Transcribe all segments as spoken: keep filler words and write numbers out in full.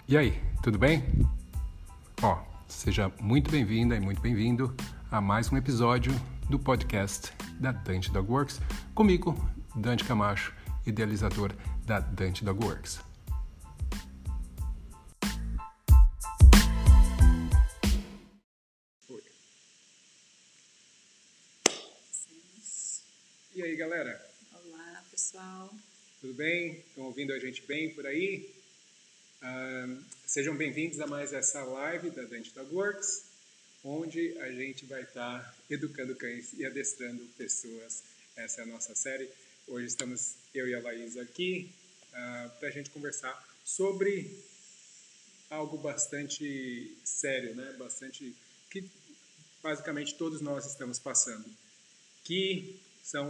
E aí, tudo bem? Ó, seja muito bem-vinda e muito bem-vindo a mais um episódio do podcast da Dante Dog Works, comigo, Dante Camacho, idealizador da Dante Dog Works. E aí, galera? Olá, pessoal. Tudo bem? Estão ouvindo a gente bem por aí? Uh, sejam bem-vindos a mais essa live da Dante Dog Works, onde a gente vai estar educando cães e adestrando pessoas. Essa é a nossa série. Hoje estamos eu e a Laís aqui uh, para a gente conversar sobre algo bastante sério, né? Bastante que basicamente todos nós estamos passando, que são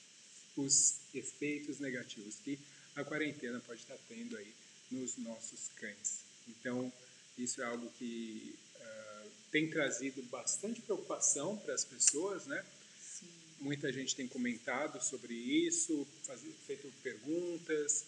os efeitos negativos que a quarentena pode estar tendo aí nos nossos cães. Então, isso é algo que uh, tem trazido bastante preocupação para as pessoas, né? Sim. Muita gente tem comentado sobre isso, faz, feito perguntas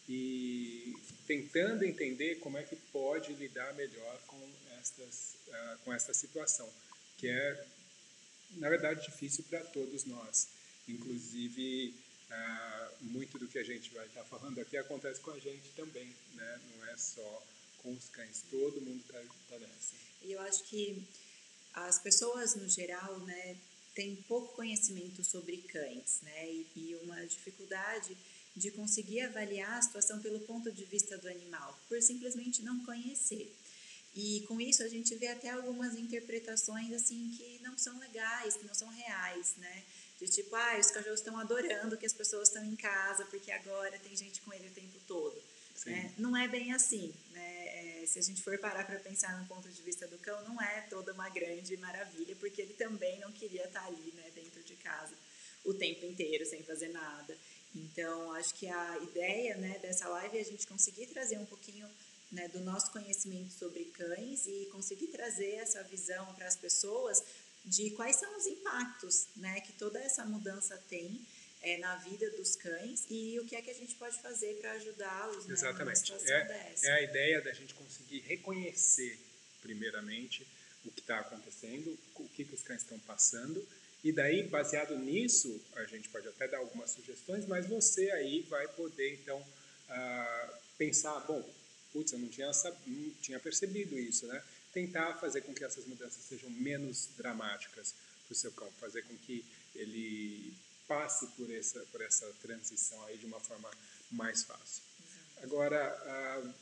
e tentando entender como é que pode lidar melhor com, estas, uh, com esta situação, que é, na verdade, difícil para todos nós. Inclusive, uh, muito do que a gente vai estar falando aqui acontece com a gente também, né? Não é só com os cães, todo mundo está tá nessa. E eu acho que as pessoas, no geral, né, têm pouco conhecimento sobre cães, né? E, e uma dificuldade de conseguir avaliar a situação pelo ponto de vista do animal, por simplesmente não conhecer. E com isso a gente vê até algumas interpretações assim que não são legais, que não são reais, né? De tipo, ah, os cachorros estão adorando que as pessoas estão em casa porque agora tem gente com ele o tempo todo. Né? Não é bem assim, né? É, se a gente for parar para pensar no ponto de vista do cão, não é toda uma grande maravilha, porque ele também não queria estar ali, né, dentro de casa o tempo inteiro, sem fazer nada. Então, acho que a ideia, né, dessa live é a gente conseguir trazer um pouquinho, né, do nosso conhecimento sobre cães e conseguir trazer essa visão para as pessoas de quais são os impactos, né, que toda essa mudança tem é, na vida dos cães e o que é que a gente pode fazer para ajudá-los, né, numa situação é, dessa. É a ideia da gente conseguir reconhecer, primeiramente, o que está acontecendo, o que, que os cães estão passando, e daí, baseado nisso, a gente pode até dar algumas sugestões, mas você aí vai poder, então, uh, pensar, bom, putz, eu não tinha, não tinha percebido isso, né? Tentar fazer com que essas mudanças sejam menos dramáticas para o seu cão, fazer com que ele passe por essa, por essa transição aí de uma forma mais fácil. Exato. Agora, uh,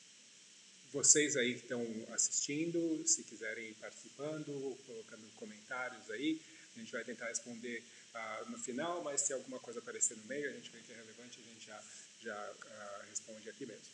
vocês aí que estão assistindo, se quiserem ir participando, colocando comentários aí, a gente vai tentar responder uh, no final, mas se alguma coisa aparecer no meio, a gente vê que é relevante, a gente já, já uh, responde aqui mesmo.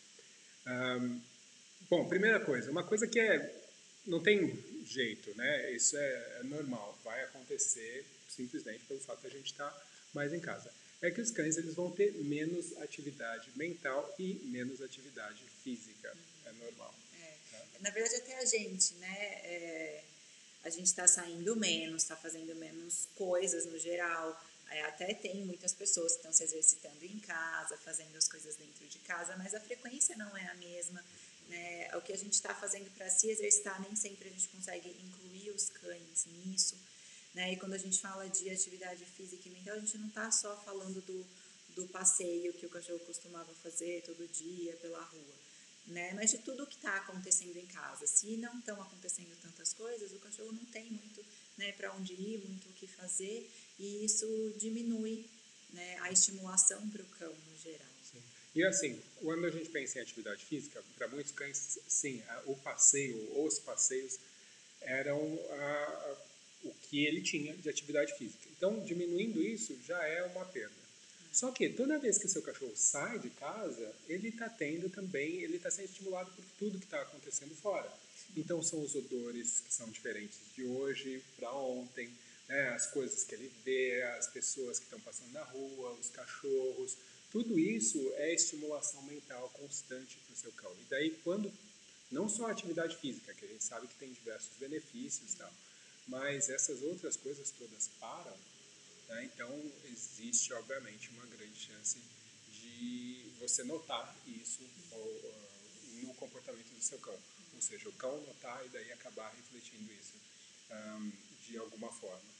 Um, bom, primeira coisa, uma coisa que é, não tem jeito, né? Isso é, é normal, vai acontecer simplesmente pelo fato de a gente estar mais em casa. É que os cães eles vão ter menos atividade mental e menos atividade física. É normal. É. Tá? Na verdade, até a gente, né? É, a gente está saindo menos, está fazendo menos coisas no geral. É, até tem muitas pessoas que estão se exercitando em casa, fazendo as coisas dentro de casa, mas a frequência não é a mesma. Né? O que a gente está fazendo para se exercitar, nem sempre a gente consegue incluir os cães nisso. Né? E quando a gente fala de atividade física e mental, a gente não está só falando do, do passeio que o cachorro costumava fazer todo dia pela rua, né? Mas de tudo o que está acontecendo em casa. Se não estão acontecendo tantas coisas, o cachorro não tem muito, né, para onde ir, muito o que fazer, e isso diminui, né, a estimulação para o cão no geral. Sim. E assim, quando a gente pensa em atividade física, para muitos cães, sim, o passeio, os passeios eram a, o que ele tinha de atividade física. Então, diminuindo isso já é uma perda. Só que toda vez que seu cachorro sai de casa, ele está tendo também, ele está sendo estimulado por tudo que está acontecendo fora. Então, são os odores que são diferentes de hoje para ontem, né? As coisas que ele vê, as pessoas que estão passando na rua, os cachorros. Tudo isso é estimulação mental constante para o seu cão. E daí, quando, não só a atividade física, que a gente sabe que tem diversos benefícios e tal, mas essas outras coisas todas param, né? Então, existe, obviamente, uma grande chance de você notar isso ou, uh, no comportamento do seu cão. Ou seja, o cão notar e daí acabar refletindo isso um, de alguma forma.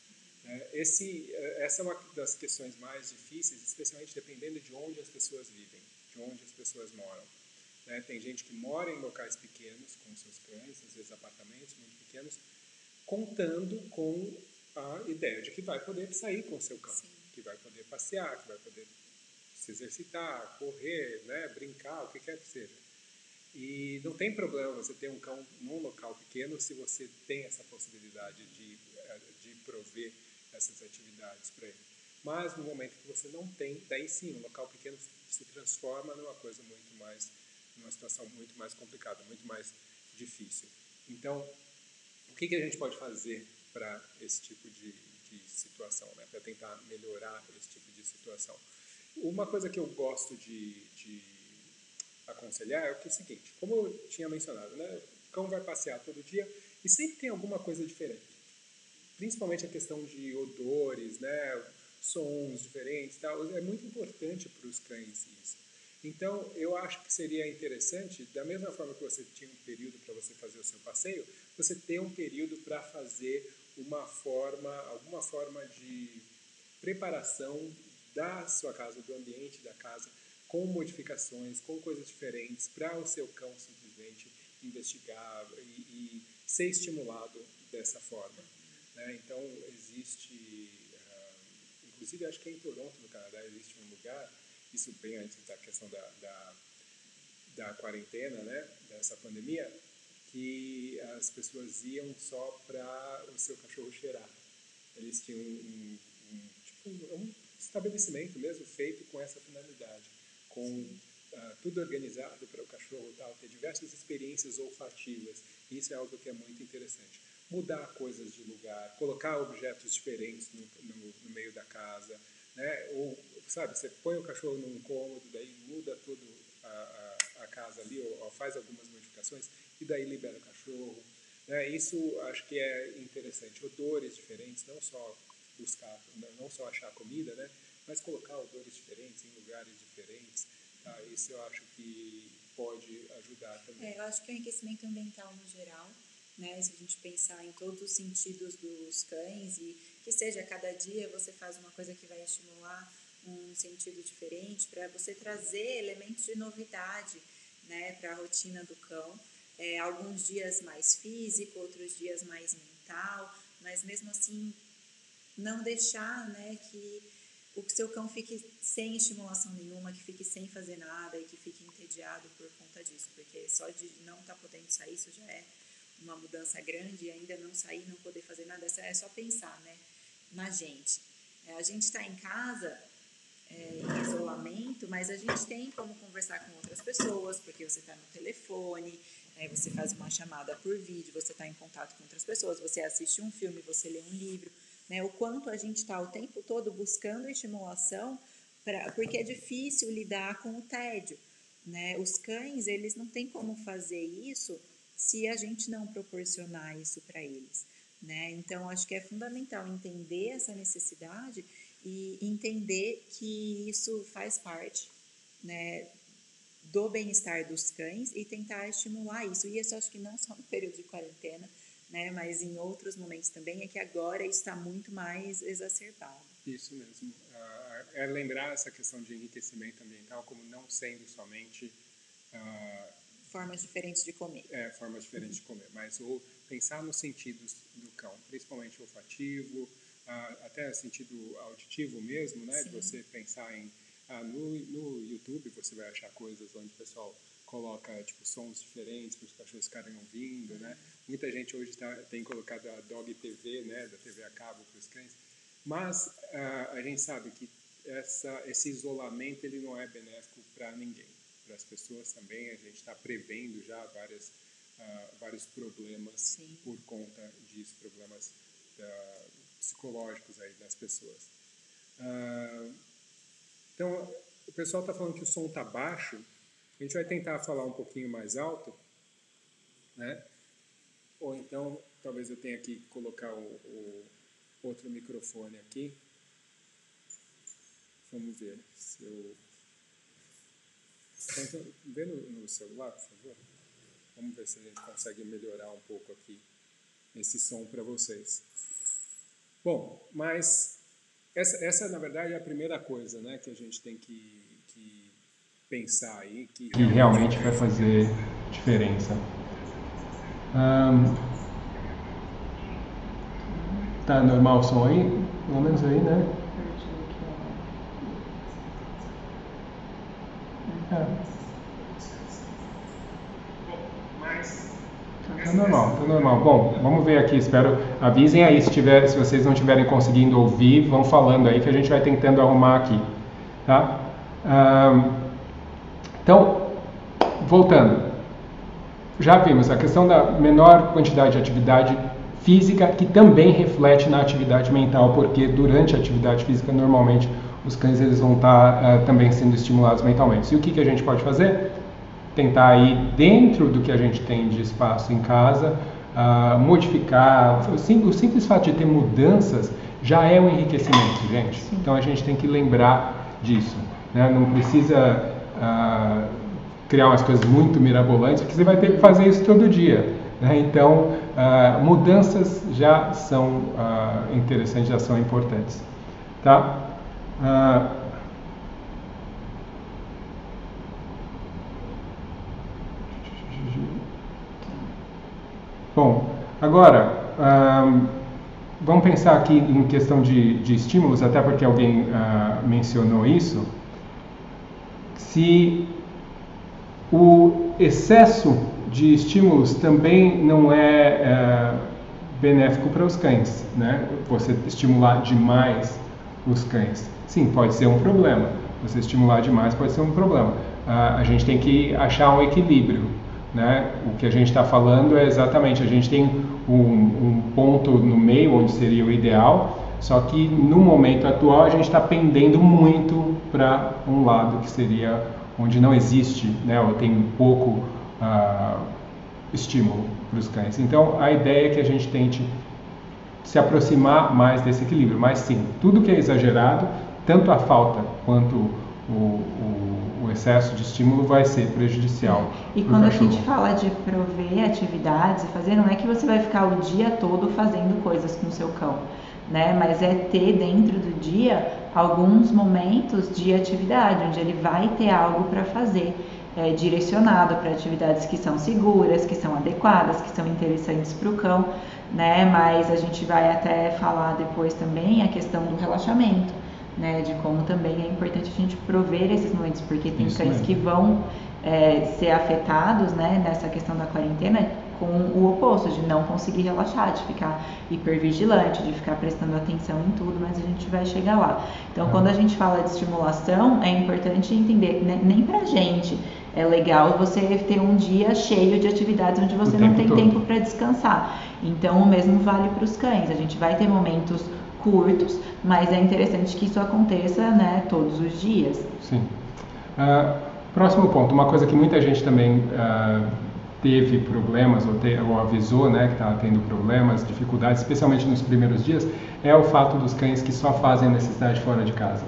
Esse, essa é uma das questões mais difíceis, especialmente dependendo de onde as pessoas vivem, de onde as pessoas moram. Né? Tem gente que mora em locais pequenos, com seus cães, às vezes apartamentos muito pequenos, contando com a ideia de que vai poder sair com o seu cão, Sim. que vai poder passear, que vai poder se exercitar, correr, né? Brincar, o que quer que seja. E não tem problema você ter um cão num local pequeno se você tem essa possibilidade de, de prover essas atividades para ele. Mas no momento que você não tem, daí sim, um local pequeno se transforma numa coisa muito mais, numa situação muito mais complicada, muito mais difícil. Então, o que, que a gente pode fazer para esse tipo de, de situação, né? Para tentar melhorar esse tipo de situação? Uma coisa que eu gosto de, de aconselhar é o que é o seguinte, como eu tinha mencionado, né? O cão vai passear todo dia e sempre tem alguma coisa diferente. Principalmente a questão de odores, né, sons diferentes, tal, é muito importante para os cães isso. Então, eu acho que seria interessante, da mesma forma que você tinha um período para você fazer o seu passeio, você ter um período para fazer uma forma, alguma forma de preparação da sua casa, do ambiente da casa, com modificações, com coisas diferentes, para o seu cão simplesmente investigar e, e ser estimulado dessa forma. Então, existe, uh, inclusive acho que é em Toronto, no Canadá, existe um lugar, isso bem antes da questão da, da, da quarentena, né, dessa pandemia, que as pessoas iam só para o seu cachorro cheirar. Eles tinham um, um, tipo, um estabelecimento mesmo feito com essa finalidade, com uh, tudo organizado para o cachorro tal, ter diversas experiências olfativas. Isso é algo que é muito interessante. Mudar coisas de lugar, colocar objetos diferentes no, no, no meio da casa, né? Ou, sabe, você põe o cachorro num cômodo, daí muda toda a, a, a casa ali, ou, ou faz algumas modificações, e daí libera o cachorro. Né? Isso acho que é interessante. Odores diferentes, não só buscar, não só achar comida, né? Mas colocar odores diferentes em lugares diferentes. Tá? Isso eu acho que pode ajudar também. É, eu acho que o enriquecimento ambiental no geral, né, se a gente pensar em todos os sentidos dos cães e que seja cada dia você faz uma coisa que vai estimular um sentido diferente para você trazer elementos de novidade, né, para a rotina do cão. É, alguns dias mais físico, outros dias mais mental, mas mesmo assim não deixar, né, que o seu cão fique sem estimulação nenhuma, que fique sem fazer nada e que fique entediado por conta disso, porque só de não estar tá podendo sair, isso já é uma mudança grande, e ainda não sair, não poder fazer nada, é só pensar, né, na gente. É, a gente está em casa, é, em isolamento, mas a gente tem como conversar com outras pessoas, porque você está no telefone, é, você faz uma chamada por vídeo, você está em contato com outras pessoas, você assiste um filme, você lê um livro, né, o quanto a gente está o tempo todo buscando estimulação, pra, porque é difícil lidar com o tédio, né? Os cães, eles não têm como fazer isso se a gente não proporcionar isso para eles, né? Então, acho que é fundamental entender essa necessidade e entender que isso faz parte, né, do bem-estar dos cães e tentar estimular isso. E isso acho que não só no período de quarentena, né, mas em outros momentos também, é que agora isso está muito mais exacerbado. Isso mesmo. Uh, é lembrar essa questão de enriquecimento ambiental como não sendo somente... Uh, formas diferentes de comer. É, formas diferentes uhum. de comer, mas ou pensar nos sentidos do cão, principalmente olfativo, uh, até sentido auditivo mesmo, né? Sim. De você pensar em... Uh, no, no YouTube você vai achar coisas onde o pessoal coloca tipo, sons diferentes para os cachorros ficarem ouvindo, né? Muita gente hoje tá, tem colocado a Dog T V, né? Da T V a cabo para os cães, mas uh, a gente sabe que essa, esse isolamento ele não é benéfico para ninguém. Para as pessoas também, a gente está prevendo já várias, uh, vários problemas Sim. por conta disso, problemas uh, psicológicos aí das pessoas. Uh, então, o pessoal está falando que o som está baixo, a gente vai tentar falar um pouquinho mais alto, né? Ou então, talvez eu tenha que colocar o, o outro microfone aqui. Vamos ver se eu... Então, vê no, no celular, por favor. Vamos ver se a gente consegue melhorar um pouco aqui esse som para vocês. Bom, mas essa, essa na verdade é a primeira coisa, né, que a gente tem que, que pensar aí. Que, que realmente vai fazer diferença. Um, tá normal o som aí? Pelo menos aí, né? É. Tá normal, tá normal. Bom, vamos ver aqui, espero, avisem aí se, tiver, se vocês não estiverem conseguindo ouvir, vão falando aí que a gente vai tentando arrumar aqui, tá? Um, então, voltando, já vimos a questão da menor quantidade de atividade física que também reflete na atividade mental, porque durante a atividade física, normalmente, os cães eles vão estar uh, também sendo estimulados mentalmente. E o que, que a gente pode fazer? Tentar ir dentro do que a gente tem de espaço em casa, uh, modificar. O simples, o simples fato de ter mudanças já é um enriquecimento, gente. Sim. Então a gente tem que lembrar disso, né? Não precisa uh, criar umas coisas muito mirabolantes, porque você vai ter que fazer isso todo dia, né? Então uh, mudanças já são uh, interessantes, já são importantes, tá? Uh, Bom, agora, um, vamos pensar aqui em questão de, de estímulos, até porque alguém uh, mencionou isso. Se o excesso de estímulos também não é uh, benéfico para os cães, né? Você estimular demais os cães. Sim, pode ser um problema. Você estimular demais pode ser um problema. Uh, a gente tem que achar um equilíbrio. Né? O que a gente está falando é exatamente, a gente tem um, um ponto no meio onde seria o ideal, só que no momento atual a gente está pendendo muito para um lado que seria onde não existe, né? Ou tem pouco uh, estímulo para os cães. Então a ideia é que a gente tente se aproximar mais desse equilíbrio, mas sim, tudo que é exagerado, tanto a falta quanto o, o o excesso de estímulo vai ser prejudicial. E quando a gente fala de prover atividades e fazer, não é que você vai ficar o dia todo fazendo coisas com o seu cão, né? Mas é ter dentro do dia alguns momentos de atividade, onde ele vai ter algo para fazer, é, direcionado para atividades que são seguras, que são adequadas, que são interessantes para o cão, né? Mas a gente vai até falar depois também a questão do relaxamento. Né, de como também é importante a gente prover esses momentos, porque tem Isso cães mesmo. que vão é, ser afetados, né, nessa questão da quarentena com o oposto, de não conseguir relaxar, de ficar hipervigilante, de ficar prestando atenção em tudo, mas a gente vai chegar lá. Então, quando a gente fala de estimulação, é importante entender, né, nem pra gente é legal você ter um dia cheio de atividades onde você não tem todo. tempo para descansar. Então, o mesmo vale para os cães, a gente vai ter momentos curtos, mas é interessante que isso aconteça, né, todos os dias. Sim. Uh, próximo ponto, uma coisa que muita gente também uh, teve problemas ou, te, ou avisou, né, que estava tendo problemas, dificuldades, especialmente nos primeiros dias, é o fato dos cães que só fazem a necessidade fora de casa.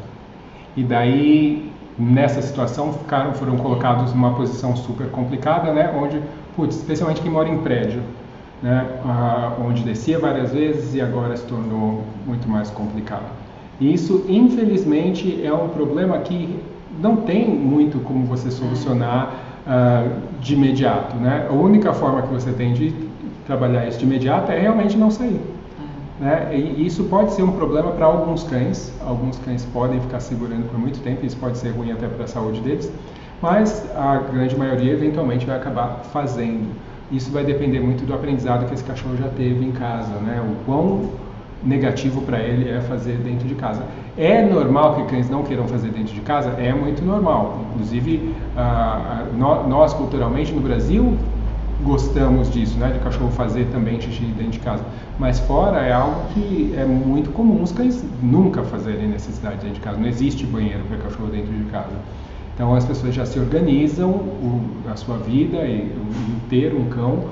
E daí, nessa situação, ficaram, foram colocados numa posição super complicada, né, onde, putz, especialmente quem mora em prédio, né, uh, onde descia várias vezes e agora se tornou muito mais complicado. E isso, infelizmente, é um problema que não tem muito como você solucionar uh, de imediato, né? A única forma que você tem de trabalhar isso de imediato é realmente não sair. Né? E isso pode ser um problema para alguns cães, alguns cães podem ficar segurando por muito tempo, isso pode ser ruim até para a saúde deles, mas a grande maioria eventualmente vai acabar fazendo. Isso vai depender muito do aprendizado que esse cachorro já teve em casa, né? O quão negativo para ele é fazer dentro de casa. É normal que cães não queiram fazer dentro de casa? É muito normal. Inclusive, ah, nós culturalmente no Brasil gostamos disso, né? De cachorro fazer também xixi dentro de casa. Mas fora é algo que é muito comum os cães nunca fazerem necessidade dentro de casa. Não existe banheiro para cachorro dentro de casa. Então as pessoas já se organizam o, a sua vida e o ter um cão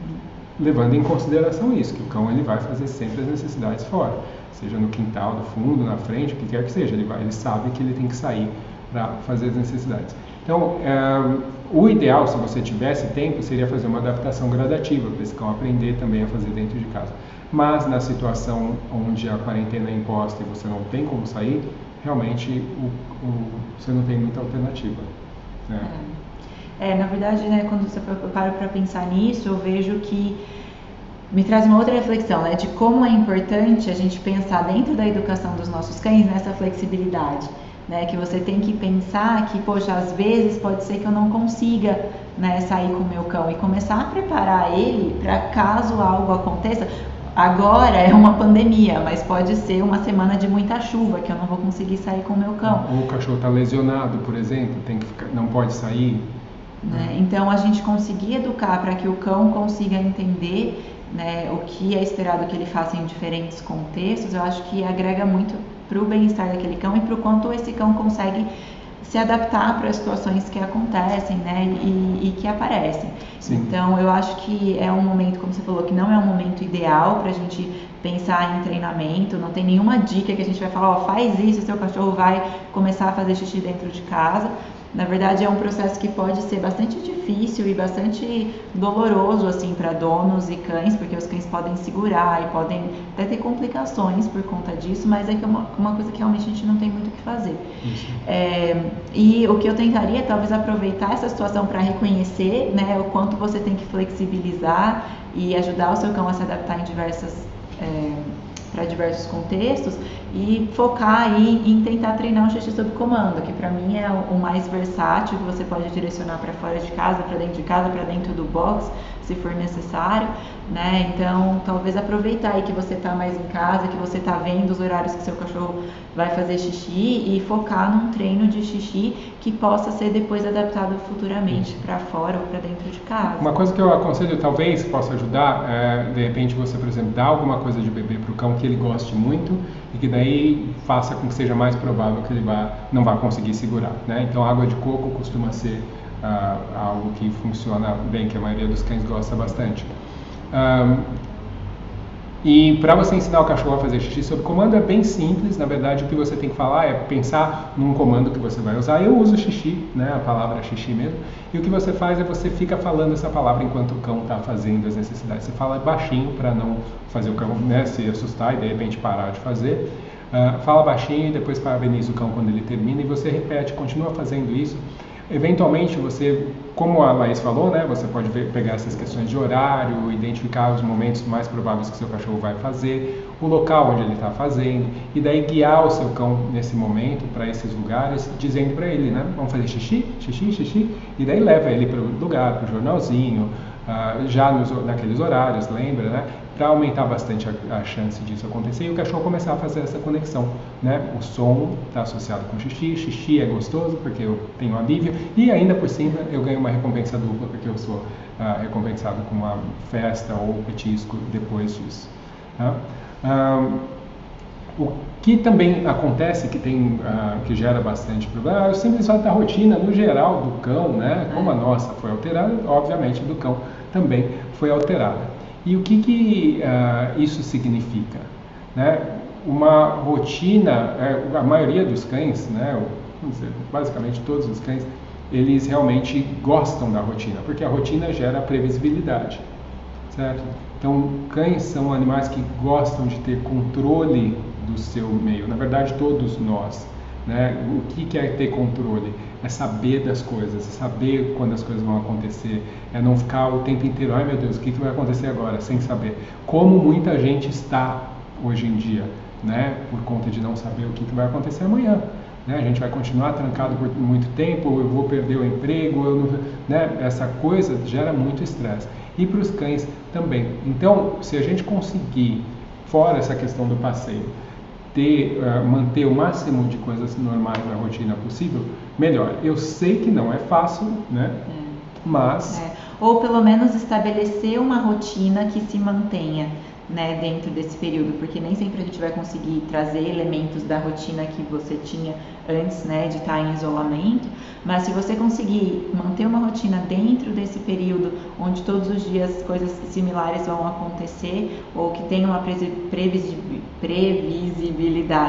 levando em consideração isso, que o cão ele vai fazer sempre as necessidades fora, seja no quintal, no fundo, na frente, o que quer que seja, ele, vai, ele sabe que ele tem que sair para fazer as necessidades. Então, é, o ideal, se você tivesse tempo, seria fazer uma adaptação gradativa para esse cão aprender também a fazer dentro de casa. Mas na situação onde a quarentena é imposta e você não tem como sair, realmente o, o, você não tem muita alternativa. Né? É. É, na verdade, né, quando você para para pensar nisso, eu vejo que me traz uma outra reflexão, né, de como é importante a gente pensar dentro da educação dos nossos cães nessa flexibilidade, né, que você tem que pensar que, poxa, às vezes pode ser que eu não consiga, né, sair com o meu cão e começar a preparar ele para caso algo aconteça. Agora é uma pandemia, mas pode ser uma semana de muita chuva que eu não vou conseguir sair com o meu cão. Ou o cachorro está lesionado, por exemplo, tem que ficar, não pode sair. Né? Então a gente conseguir educar para que o cão consiga entender, né, o que é esperado que ele faça em diferentes contextos, eu acho que agrega muito para o bem-estar daquele cão e para o quanto esse cão consegue se adaptar para as situações que acontecem, né, e, e que aparecem. Sim. Então eu acho que é um momento, como você falou, que não é um momento ideal para a gente pensar em treinamento, não tem nenhuma dica que a gente vai falar, ó, faz isso, seu cachorro vai começar a fazer xixi dentro de casa. Na verdade é um processo que pode ser bastante difícil e bastante doloroso assim para donos e cães, porque os cães podem segurar e podem até ter complicações por conta disso, mas é que é uma, uma coisa que realmente a gente não tem muito o que fazer. É, e o que eu tentaria é talvez aproveitar essa situação para reconhecer, né, o quanto você tem que flexibilizar e ajudar o seu cão a se adaptar em diversas é, para diversos contextos e focar aí em tentar treinar um xixi sob comando, que para mim é o mais versátil, que você pode direcionar para fora de casa, para dentro de casa, para dentro do box, se for necessário, né? Então, talvez aproveitar aí que você está mais em casa, que você está vendo os horários que seu cachorro vai fazer xixi e focar num treino de xixi que possa ser depois adaptado futuramente para fora ou para dentro de casa. Uma coisa que eu aconselho, talvez possa ajudar, é, de repente você, por exemplo, dar alguma coisa de beber para o cão que ele goste muito e que daí faça com que seja mais provável que ele vá, não vá conseguir segurar, né? Então, água de coco costuma ser ah, algo que funciona bem, que a maioria dos cães gosta bastante. Um, e para você ensinar o cachorro a fazer xixi sob comando é bem simples. Na verdade, o que você tem que falar é pensar num comando que você vai usar. Eu uso xixi, né, a palavra xixi mesmo, e o que você faz é você fica falando essa palavra enquanto o cão está fazendo as necessidades. Você fala baixinho para não fazer o cão, né, se assustar e de repente parar de fazer. Uh, fala baixinho e depois parabeniza o cão quando ele termina e você repete, continua fazendo isso. Eventualmente você, como a Laís falou, né, você pode ver, pegar essas questões de horário, identificar os momentos mais prováveis que seu cachorro vai fazer, o local onde ele está fazendo, e daí guiar o seu cão nesse momento para esses lugares, dizendo para ele, né, vamos fazer xixi, xixi, xixi, e daí leva ele para o lugar, para o jornalzinho, uh, já nos, naqueles horários, lembra, né? Para aumentar bastante a, a chance disso acontecer e o cachorro começar a fazer essa conexão, né? O som está associado com xixi, xixi é gostoso porque eu tenho alívio e ainda por cima eu ganho uma recompensa dupla porque eu sou uh, recompensado com uma festa ou petisco depois disso. Tá? Um, o que também acontece, que, tem, uh, que gera bastante problema, é o simples fato da rotina no geral do cão, né? Como a nossa foi alterada, obviamente do cão também foi alterada. E o que, que uh, isso significa? Né? Uma rotina, é, a maioria dos cães, né, vamos dizer, basicamente todos os cães, eles realmente gostam da rotina, porque a rotina gera previsibilidade, certo? Então, cães são animais que gostam de ter controle do seu meio, na verdade todos nós. Né? O que, que é ter controle? É saber das coisas, é saber quando as coisas vão acontecer, é não ficar o tempo inteiro, ai meu Deus, o que, que vai acontecer agora, sem saber. Como muita gente está hoje em dia, né? Por conta de não saber o que, que vai acontecer amanhã. Né? A gente vai continuar trancado por muito tempo, eu vou perder o emprego, eu não, né? Essa coisa gera muito estresse. E para os cães também. Então, se a gente conseguir, fora essa questão do passeio, ter, uh, manter o máximo de coisas normais na rotina possível, melhor. Eu sei que não é fácil, né? É. Mas... É. Ou pelo menos estabelecer uma rotina que se mantenha, né, dentro desse período, porque nem sempre a gente vai conseguir trazer elementos da rotina que você tinha antes, né, de estar em isolamento, mas se você conseguir manter uma rotina dentro desse período, onde todos os dias coisas similares vão acontecer, ou que tenha uma previsibilidade,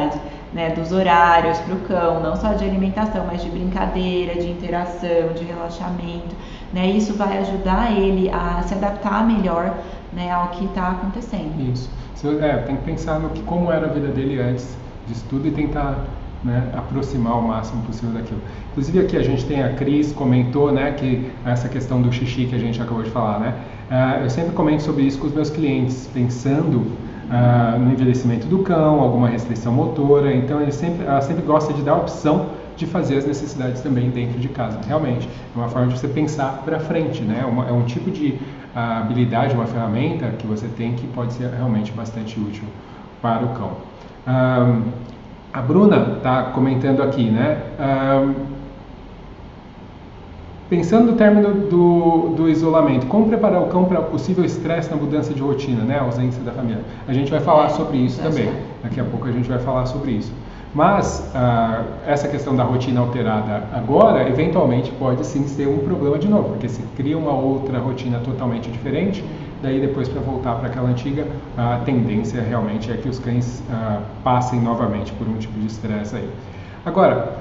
né, dos horários para o cão, não só de alimentação, mas de brincadeira, de interação, de relaxamento, né? Isso vai ajudar ele a se adaptar melhor, né, ao que está acontecendo. Isso. É, tem que pensar no que, como era a vida dele antes disso tudo e tentar, né, aproximar o máximo possível daquilo. Inclusive aqui a gente tem a Cris, comentou, né, que essa questão do xixi que a gente acabou de falar, né, uh, eu sempre comento sobre isso com os meus clientes, pensando uh, no envelhecimento do cão, alguma restrição motora, então ele sempre, ela sempre gosta de dar a opção de fazer as necessidades também dentro de casa. Realmente, é uma forma de você pensar para frente, né, uma, é um tipo de uh, habilidade, uma ferramenta que você tem que pode ser realmente bastante útil para o cão. Um, A Bruna está comentando aqui, né? Um, pensando no término do, do isolamento, como preparar o cão para possível estresse na mudança de rotina, né? A ausência da família. A gente vai falar sobre isso também. Daqui a pouco a gente vai falar sobre isso. Mas uh, essa questão da rotina alterada agora, eventualmente pode sim ser um problema de novo, porque se cria uma outra rotina totalmente diferente, daí depois para voltar para aquela antiga, a tendência realmente é que os cães uh, passem novamente por um tipo de estresse aí. Agora,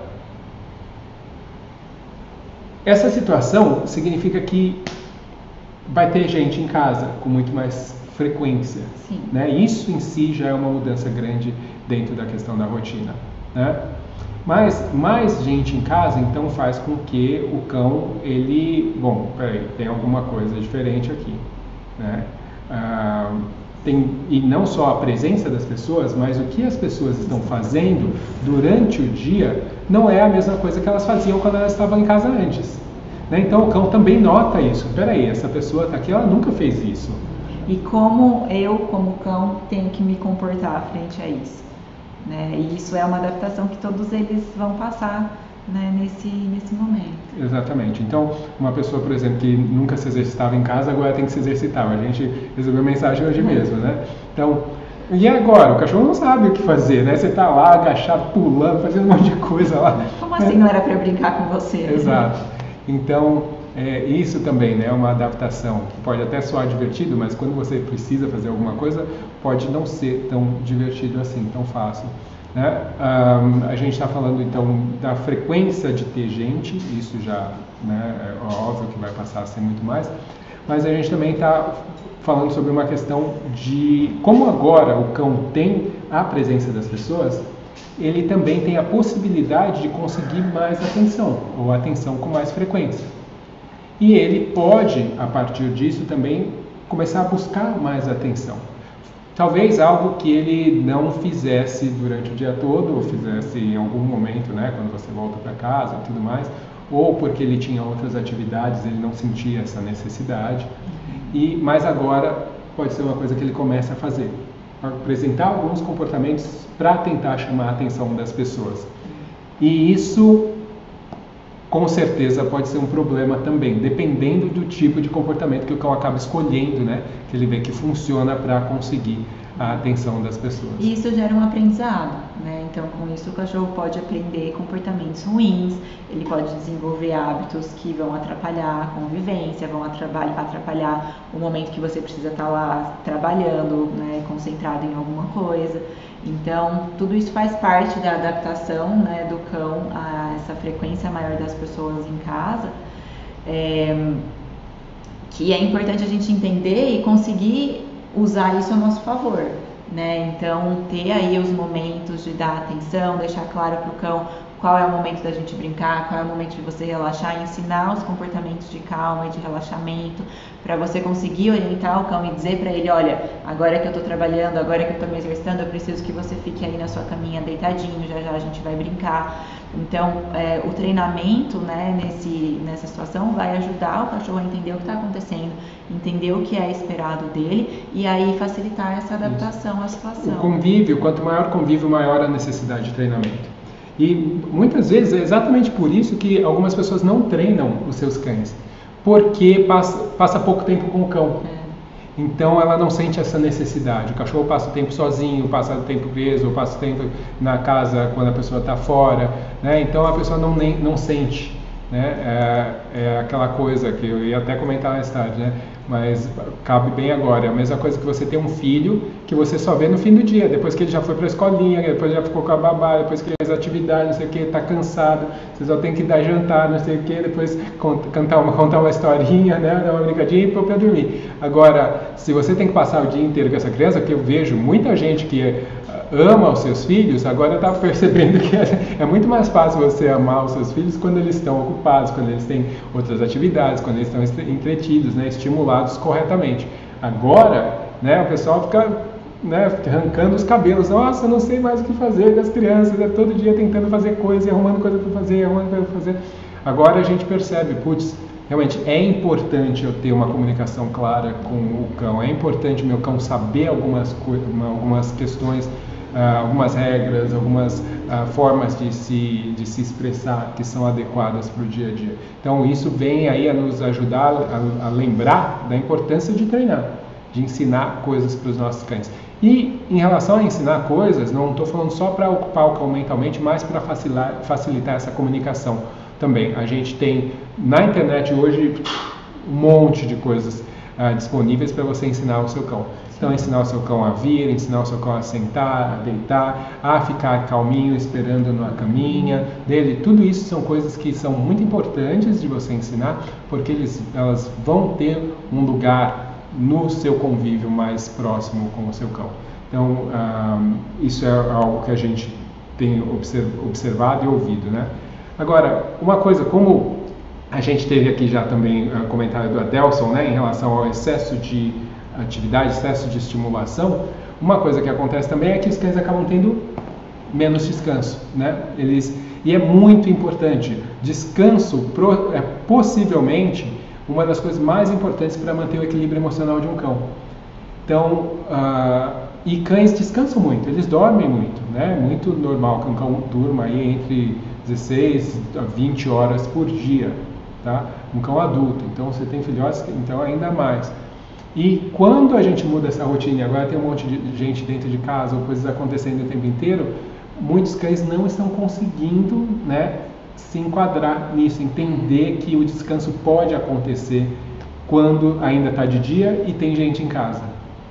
essa situação significa que vai ter gente em casa com muito mais frequência, Sim. né? Isso em si já é uma mudança grande dentro da questão da rotina, né? Mas mais gente em casa, então, faz com que o cão, ele, bom, peraí, tem alguma coisa diferente aqui, né? Ah, tem, e não só a presença das pessoas, mas o que as pessoas estão fazendo durante o dia não é a mesma coisa que elas faziam quando elas estavam em casa antes, né? Então o cão também nota isso. Peraí, essa pessoa está aqui, ela nunca fez isso. E como eu, como cão, tenho que me comportar frente a isso, né? E isso é uma adaptação que todos eles vão passar, né, nesse, nesse momento. Exatamente. Então, uma pessoa, por exemplo, que nunca se exercitava em casa, agora tem que se exercitar. A gente recebeu mensagem hoje mesmo, né? Então, e agora? O cachorro não sabe o que fazer, né? Você está lá agachado, pulando, fazendo um monte de coisa lá. Como assim não era para brincar com você? Exato. Então, é, isso também, né, é uma adaptação que pode até soar divertido, mas quando você precisa fazer alguma coisa, pode não ser tão divertido assim, tão fácil, né? Um, a gente está falando então da frequência de ter gente, isso já, né, é óbvio que vai passar a ser muito mais, mas a gente também está falando sobre uma questão de como agora o cão tem a presença das pessoas, ele também tem a possibilidade de conseguir mais atenção, ou atenção com mais frequência. E ele pode, a partir disso, também começar a buscar mais atenção. Talvez algo que ele não fizesse durante o dia todo, ou fizesse em algum momento, né, quando você volta para casa e tudo mais, ou porque ele tinha outras atividades, ele não sentia essa necessidade. E, mas agora pode ser uma coisa que ele começa a fazer. Apresentar alguns comportamentos para tentar chamar a atenção das pessoas. E isso, com certeza, pode ser um problema também, dependendo do tipo de comportamento que o cão acaba escolhendo, né? Que ele vê que funciona para conseguir a atenção das pessoas. E isso gera um aprendizado, né? Então, com isso, o cachorro pode aprender comportamentos ruins, ele pode desenvolver hábitos que vão atrapalhar a convivência, vão atrapalhar o momento que você precisa estar lá trabalhando, né? Concentrado em alguma coisa. Então, tudo isso faz parte da adaptação, né, do cão a essa frequência maior das pessoas em casa, é, que é importante a gente entender e conseguir usar isso a nosso favor, né? Então, ter aí os momentos de dar atenção, deixar claro para o cão qual é o momento da gente brincar, qual é o momento de você relaxar, ensinar os comportamentos de calma e de relaxamento, para você conseguir orientar o cão e dizer para ele, olha, agora que eu estou trabalhando, agora que eu estou me exercitando, eu preciso que você fique aí na sua caminha deitadinho, já já a gente vai brincar. Então, é, o treinamento, né, nesse, nessa situação vai ajudar o cachorro a entender o que está acontecendo, entender o que é esperado dele e aí facilitar essa adaptação Isso. à situação. O convívio, quanto maior o convívio, maior a necessidade de treinamento. E muitas vezes é exatamente por isso que algumas pessoas não treinam os seus cães, porque passa, passa pouco tempo com o cão. É. Então ela não sente essa necessidade. O cachorro passa o tempo sozinho, passa o tempo preso, ou passa o tempo na casa quando a pessoa está fora, né? Então a pessoa não, nem, não sente, né? É, é aquela coisa que eu ia até comentar mais tarde, né? mas cabe bem agora. É a mesma coisa que você ter um filho que você só vê no fim do dia, depois que ele já foi para a escolinha, depois já ficou com a babá, depois que fez atividade, não sei o que, está cansado, você só tem que dar jantar, não sei o que, depois cantar uma, contar uma historinha, né, dar uma brincadinha e pôr para dormir. Agora, se você tem que passar o dia inteiro com essa criança, que eu vejo muita gente que ama os seus filhos, agora está percebendo que é, é muito mais fácil você amar os seus filhos quando eles estão ocupados, quando eles têm outras atividades, quando eles estão entretidos, né, estimulados corretamente. Agora, né, o pessoal fica, né, arrancando os cabelos. Nossa, não sei mais o que fazer com as crianças, é todo dia tentando fazer coisa, e arrumando coisa para fazer, arrumando coisa para fazer. Agora a gente percebe, putz, realmente é importante eu ter uma comunicação clara com o cão, é importante meu cão saber algumas, algumas questões, uh, algumas regras, algumas uh, formas de se, de se expressar que são adequadas para o dia a dia. Então isso vem aí a nos ajudar a, a lembrar da importância de treinar, de ensinar coisas para os nossos cães. E em relação a ensinar coisas, não estou falando só para ocupar o cão mentalmente, mas para facilitar, facilitar essa comunicação também. A gente tem na internet hoje um monte de coisas uh, disponíveis para você ensinar o seu cão. Então, ensinar o seu cão a vir, ensinar o seu cão a sentar, a deitar, a ficar calminho esperando na caminha dele. Tudo isso são coisas que são muito importantes de você ensinar, porque eles, elas vão ter um lugar no seu convívio mais próximo com o seu cão. Então, uh, isso é algo que a gente tem observado e ouvido, né? Agora, uma coisa, como a gente teve aqui já também o uh, comentário do Adelson, né, em relação ao excesso de atividade, excesso de estimulação, uma coisa que acontece também é que os cães acabam tendo menos descanso, né? Eles, e é muito importante, descanso pro, é possivelmente uma das coisas mais importantes para manter o equilíbrio emocional de um cão. Então, uh, e cães descansam muito, eles dormem muito, né? Muito normal que um cão durma aí entre dezesseis a vinte horas por dia, tá? Um cão adulto, então você tem filhotes, então ainda mais. E quando a gente muda essa rotina, agora tem um monte de gente dentro de casa ou coisas acontecendo o tempo inteiro, muitos cães não estão conseguindo, né, se enquadrar nisso, entender que o descanso pode acontecer quando ainda está de dia e tem gente em casa.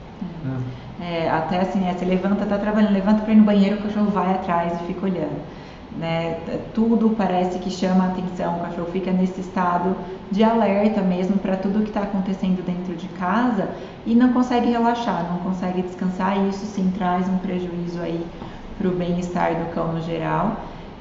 É, é, até assim, é, você levanta, tá trabalhando, levanta para ir no banheiro, o cachorro vai atrás e fica olhando. Né? Tudo parece que chama a atenção, o cachorro fica nesse estado de alerta mesmo para tudo que está acontecendo dentro de casa e não consegue relaxar, não consegue descansar, e isso sim traz um prejuízo aí para o bem-estar do cão no geral.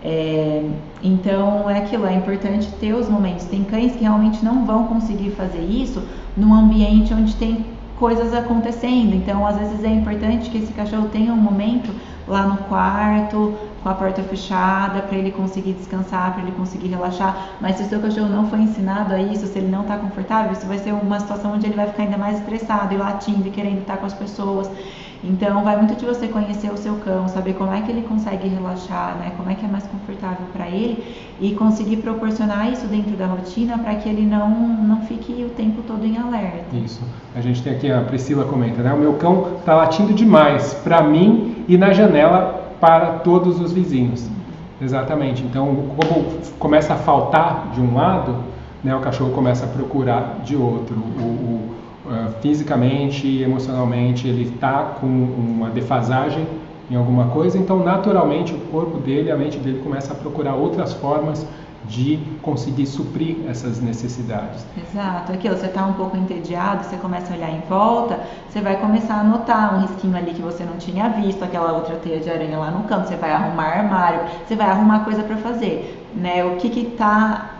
É, então é aquilo, é importante ter os momentos. Tem cães que realmente não vão conseguir fazer isso num ambiente onde tem coisas acontecendo, então às vezes é importante que esse cachorro tenha um momento lá no quarto, com a porta fechada, para ele conseguir descansar, para ele conseguir relaxar. Mas se o seu cachorro não foi ensinado a isso, se ele não está confortável, isso vai ser uma situação onde ele vai ficar ainda mais estressado e latindo e querendo estar com as pessoas. Então vai muito de você conhecer o seu cão, saber como é que ele consegue relaxar, né? Como é que é mais confortável para ele, e conseguir proporcionar isso dentro da rotina para que ele não, não fique o tempo todo em alerta. Isso. A gente tem aqui, a Priscila comenta, né? O meu cão está latindo demais para mim e na janela para todos os vizinhos. Exatamente. Então, como começa a faltar de um lado, né, o cachorro começa a procurar de outro. O, o, uh, fisicamente e emocionalmente ele está com uma defasagem em alguma coisa, então naturalmente o corpo dele, a mente dele começa a procurar outras formas de conseguir suprir essas necessidades. Exato, aquilo, você está um pouco entediado, você começa a olhar em volta, você vai começar a notar um risquinho ali que você não tinha visto, aquela outra teia de aranha lá no canto, você vai arrumar armário, você vai arrumar coisa para fazer, né? O que que está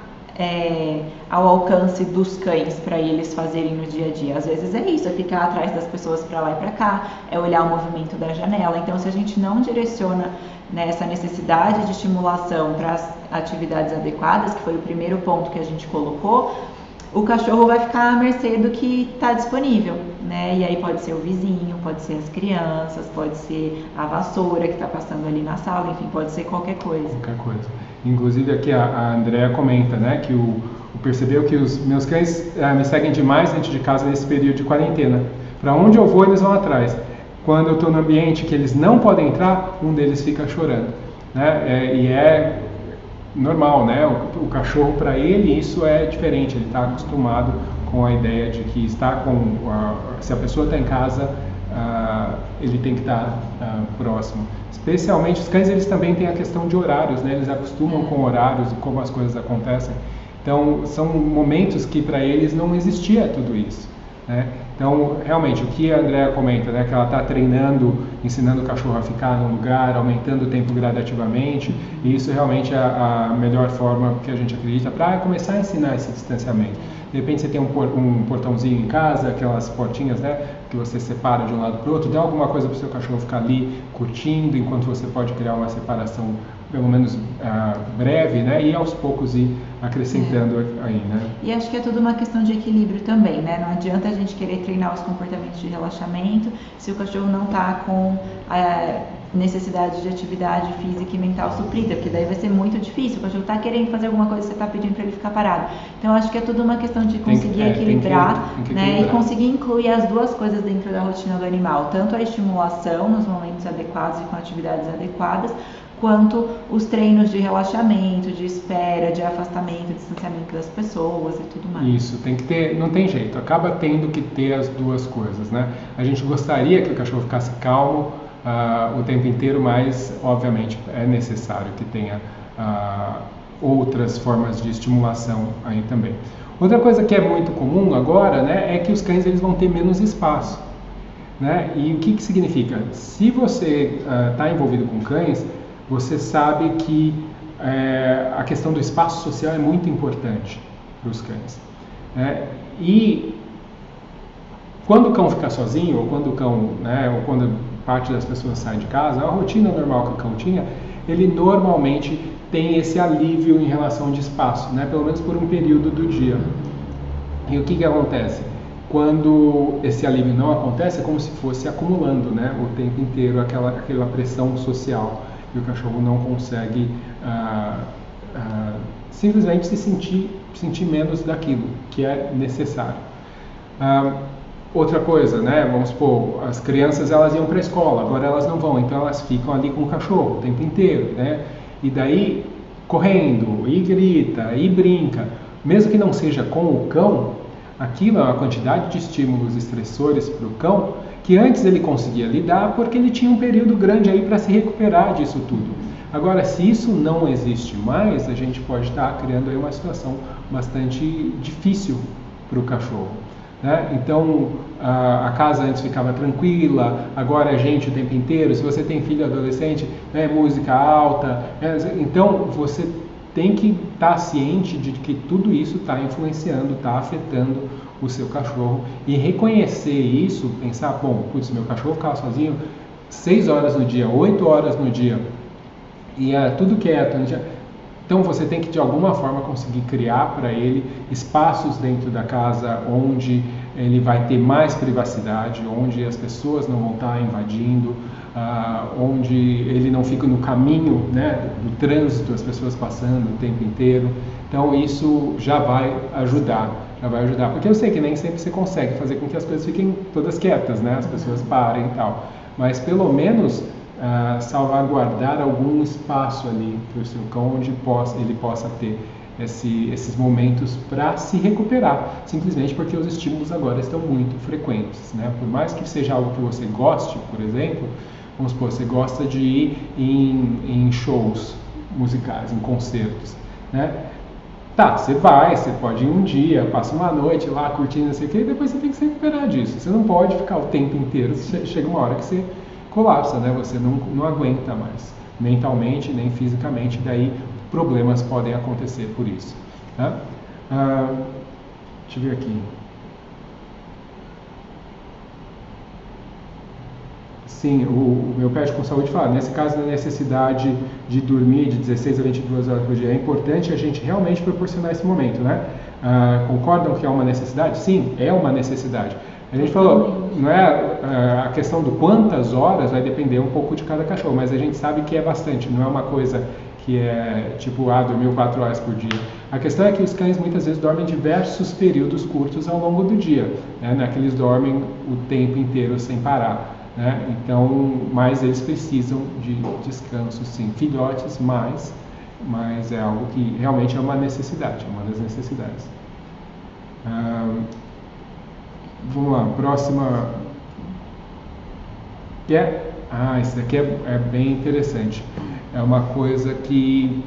é, ao alcance dos cães para eles fazerem no dia a dia? Às vezes é isso, é ficar atrás das pessoas para lá e para cá, é olhar o movimento da janela. Então, se a gente não direciona, né, essa necessidade de estimulação para as atividades adequadas, que foi o primeiro ponto que a gente colocou, o cachorro vai ficar à mercê do que está disponível, né? E aí pode ser o vizinho, pode ser as crianças, pode ser a vassoura que está passando ali na sala, enfim, pode ser qualquer coisa. Qualquer coisa. Inclusive aqui a, a Andrea comenta, né, que o, o percebeu que os meus cães eh, me seguem demais dentro de casa nesse período de quarentena. Para onde eu vou, eles vão atrás. Quando eu estou no ambiente que eles não podem entrar, um deles fica chorando, né? É, e é normal, né? O, o cachorro, para ele, isso é diferente. Ele está acostumado com a ideia de que está com a, se a pessoa está em casa, uh, ele tem que estar uh, próximo. Especialmente os cães, eles também têm a questão de horários, né? Eles acostumam com horários e como as coisas acontecem. Então são momentos que para eles não existia tudo isso, né? Então, realmente, o que a Andrea comenta, né, que ela está treinando, ensinando o cachorro a ficar no lugar, aumentando o tempo gradativamente, e isso realmente é a melhor forma que a gente acredita para começar a ensinar esse distanciamento. De repente você tem um, por, um portãozinho em casa, aquelas portinhas, né, que você separa de um lado para o outro, dá alguma coisa para o seu cachorro ficar ali curtindo, enquanto você pode criar uma separação pelo menos uh, breve, né, e aos poucos ir acrescentando é. aí, né? E acho que é tudo uma questão de equilíbrio também, né? Não adianta a gente querer treinar os comportamentos de relaxamento se o cachorro não está com a necessidade de atividade física e mental suprida, porque daí vai ser muito difícil. O cachorro está querendo fazer alguma coisa, você está pedindo para ele ficar parado. Então acho que é tudo uma questão de conseguir tem, é, equilibrar, tem que, tem que né? equilibrar. E conseguir incluir as duas coisas dentro da rotina do animal, tanto a estimulação nos momentos adequados e com atividades adequadas, quanto os treinos de relaxamento, de espera, de afastamento, distanciamento das pessoas e tudo mais. Isso, tem que ter, não tem jeito, acaba tendo que ter as duas coisas, né? A gente gostaria que o cachorro ficasse calmo uh, o tempo inteiro, mas obviamente é necessário que tenha uh, outras formas de estimulação aí também. Outra coisa que é muito comum agora, né, é que os cães eles vão ter menos espaço, né? E o que que significa? Se você está uh, envolvido com cães, você sabe que é, a questão do espaço social é muito importante para os cães. Né? E quando o cão fica sozinho, ou quando o cão, né, ou quando parte das pessoas saem de casa, a rotina normal que o cão tinha, ele normalmente tem esse alívio em relação de espaço, né, pelo menos por um período do dia. E o que que acontece? Quando esse alívio não acontece, é como se fosse acumulando, né, o tempo inteiro aquela, aquela pressão social. E o cachorro não consegue ah, ah, simplesmente se sentir, sentir menos daquilo que é necessário. Ah, outra coisa, né? Vamos supor, as crianças elas iam para a escola, agora elas não vão, então elas ficam ali com o cachorro o tempo inteiro, né? E daí correndo, e grita, e brinca, mesmo que não seja com o cão, aquilo é uma quantidade de estímulos estressores para o cão que antes ele conseguia lidar porque ele tinha um período grande aí para se recuperar disso tudo. Agora, se isso não existe mais, a gente pode estar criando aí uma situação bastante difícil para o cachorro, né? Então, a, a casa antes ficava tranquila, agora a gente o tempo inteiro, se você tem filho adolescente, é música alta, é, então você tem que estar ciente de que tudo isso está influenciando, está afetando o seu cachorro e reconhecer isso, pensar, bom, putz, meu cachorro ficava sozinho seis horas no dia, oito horas no dia, e é tudo quieto, então você tem que de alguma forma conseguir criar para ele espaços dentro da casa onde ele vai ter mais privacidade, onde as pessoas não vão estar invadindo, uh, onde ele não fica no caminho, né, do trânsito, as pessoas passando o tempo inteiro. Então isso já vai ajudar, já vai ajudar, porque eu sei que nem sempre você consegue fazer com que as coisas fiquem todas quietas, né, as pessoas parem e tal, mas pelo menos uh, salvaguardar algum espaço ali para o seu cão onde possa, ele possa ter Esse, esses momentos para se recuperar, simplesmente porque os estímulos agora estão muito frequentes, né? Por mais que seja algo que você goste, por exemplo, vamos supor, você gosta de ir em, em shows musicais, em concertos, né? Tá, você vai, você pode ir um dia, passa uma noite lá curtindo, não sei o que, e depois você tem que se recuperar disso. Você não pode ficar o tempo inteiro, chega uma hora que você colapsa, né? Você não, não aguenta mais, mentalmente nem fisicamente, daí problemas podem acontecer por isso. Tá? Ah, deixa eu ver aqui. Sim, o, o meu pet com saúde fala, nesse caso da necessidade de dormir de dezesseis a vinte e duas horas por dia, é importante a gente realmente proporcionar esse momento, né? Ah, concordam que é uma necessidade? Sim, é uma necessidade. A gente falou, não é, a questão do quantas horas vai depender um pouco de cada cachorro, mas a gente sabe que é bastante, não é uma coisa que é tipo, ah, dormiu quatro horas por dia. A questão é que os cães muitas vezes dormem diversos períodos curtos ao longo do dia, né? Não é que eles dormem o tempo inteiro sem parar, né? Então, mas eles precisam de descanso, sim. Filhotes, mais, mas é algo que realmente é uma necessidade, é uma das necessidades. Ah, vamos lá, próxima. Que é, ah, esse daqui é, é bem interessante. É uma coisa que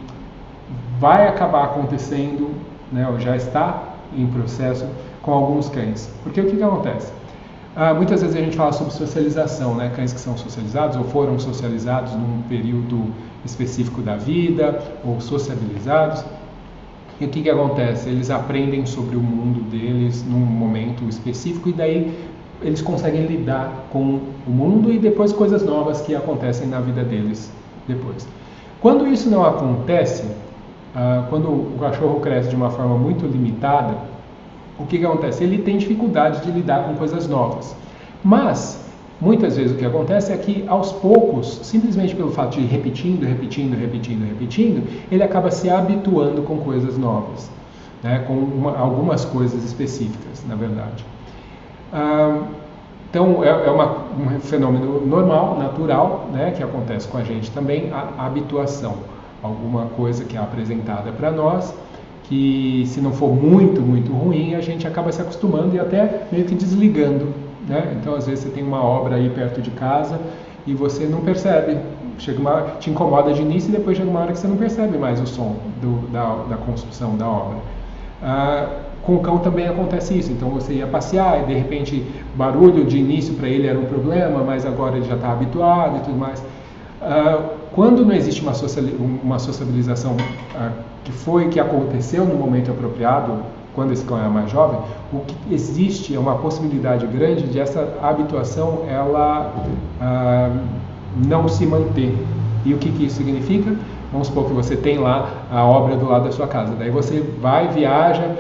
vai acabar acontecendo, né, ou já está em processo com alguns cães. Porque o que, que acontece? Ah, muitas vezes a gente fala sobre socialização, né? Cães que são socializados ou foram socializados num período específico da vida, ou sociabilizados. E o que, que acontece? Eles aprendem sobre o mundo deles num momento específico e daí eles conseguem lidar com o mundo e depois coisas novas que acontecem na vida deles depois. Quando isso não acontece, ah, quando o cachorro cresce de uma forma muito limitada, o que, que acontece? Ele tem dificuldade de lidar com coisas novas. Mas, muitas vezes o que acontece é que, aos poucos, simplesmente pelo fato de ir repetindo, repetindo, repetindo, repetindo, ele acaba se habituando com coisas novas, né? Com uma, algumas coisas específicas, na verdade. Ah, então, é, é uma, um fenômeno normal, natural, né? Que acontece com a gente também, a, a habituação. Alguma coisa que é apresentada para nós, que se não for muito, muito ruim, a gente acaba se acostumando e até meio que desligando, né? Então, às vezes você tem uma obra aí perto de casa e você não percebe, chega uma, te incomoda de início e depois chega uma hora que você não percebe mais o som do, da, da construção da obra. Ah, com o cão também acontece isso, então você ia passear e de repente barulho de início para ele era um problema, mas agora ele já está habituado e tudo mais. Ah, quando não existe uma, sociali uma sociabilização ah, que foi, que aconteceu no momento apropriado, quando esse cão era mais jovem, o que existe é uma possibilidade grande de essa habituação ela ah, não se manter. E o que, que isso significa? Vamos supor que você tem lá a obra do lado da sua casa, daí você vai, viaja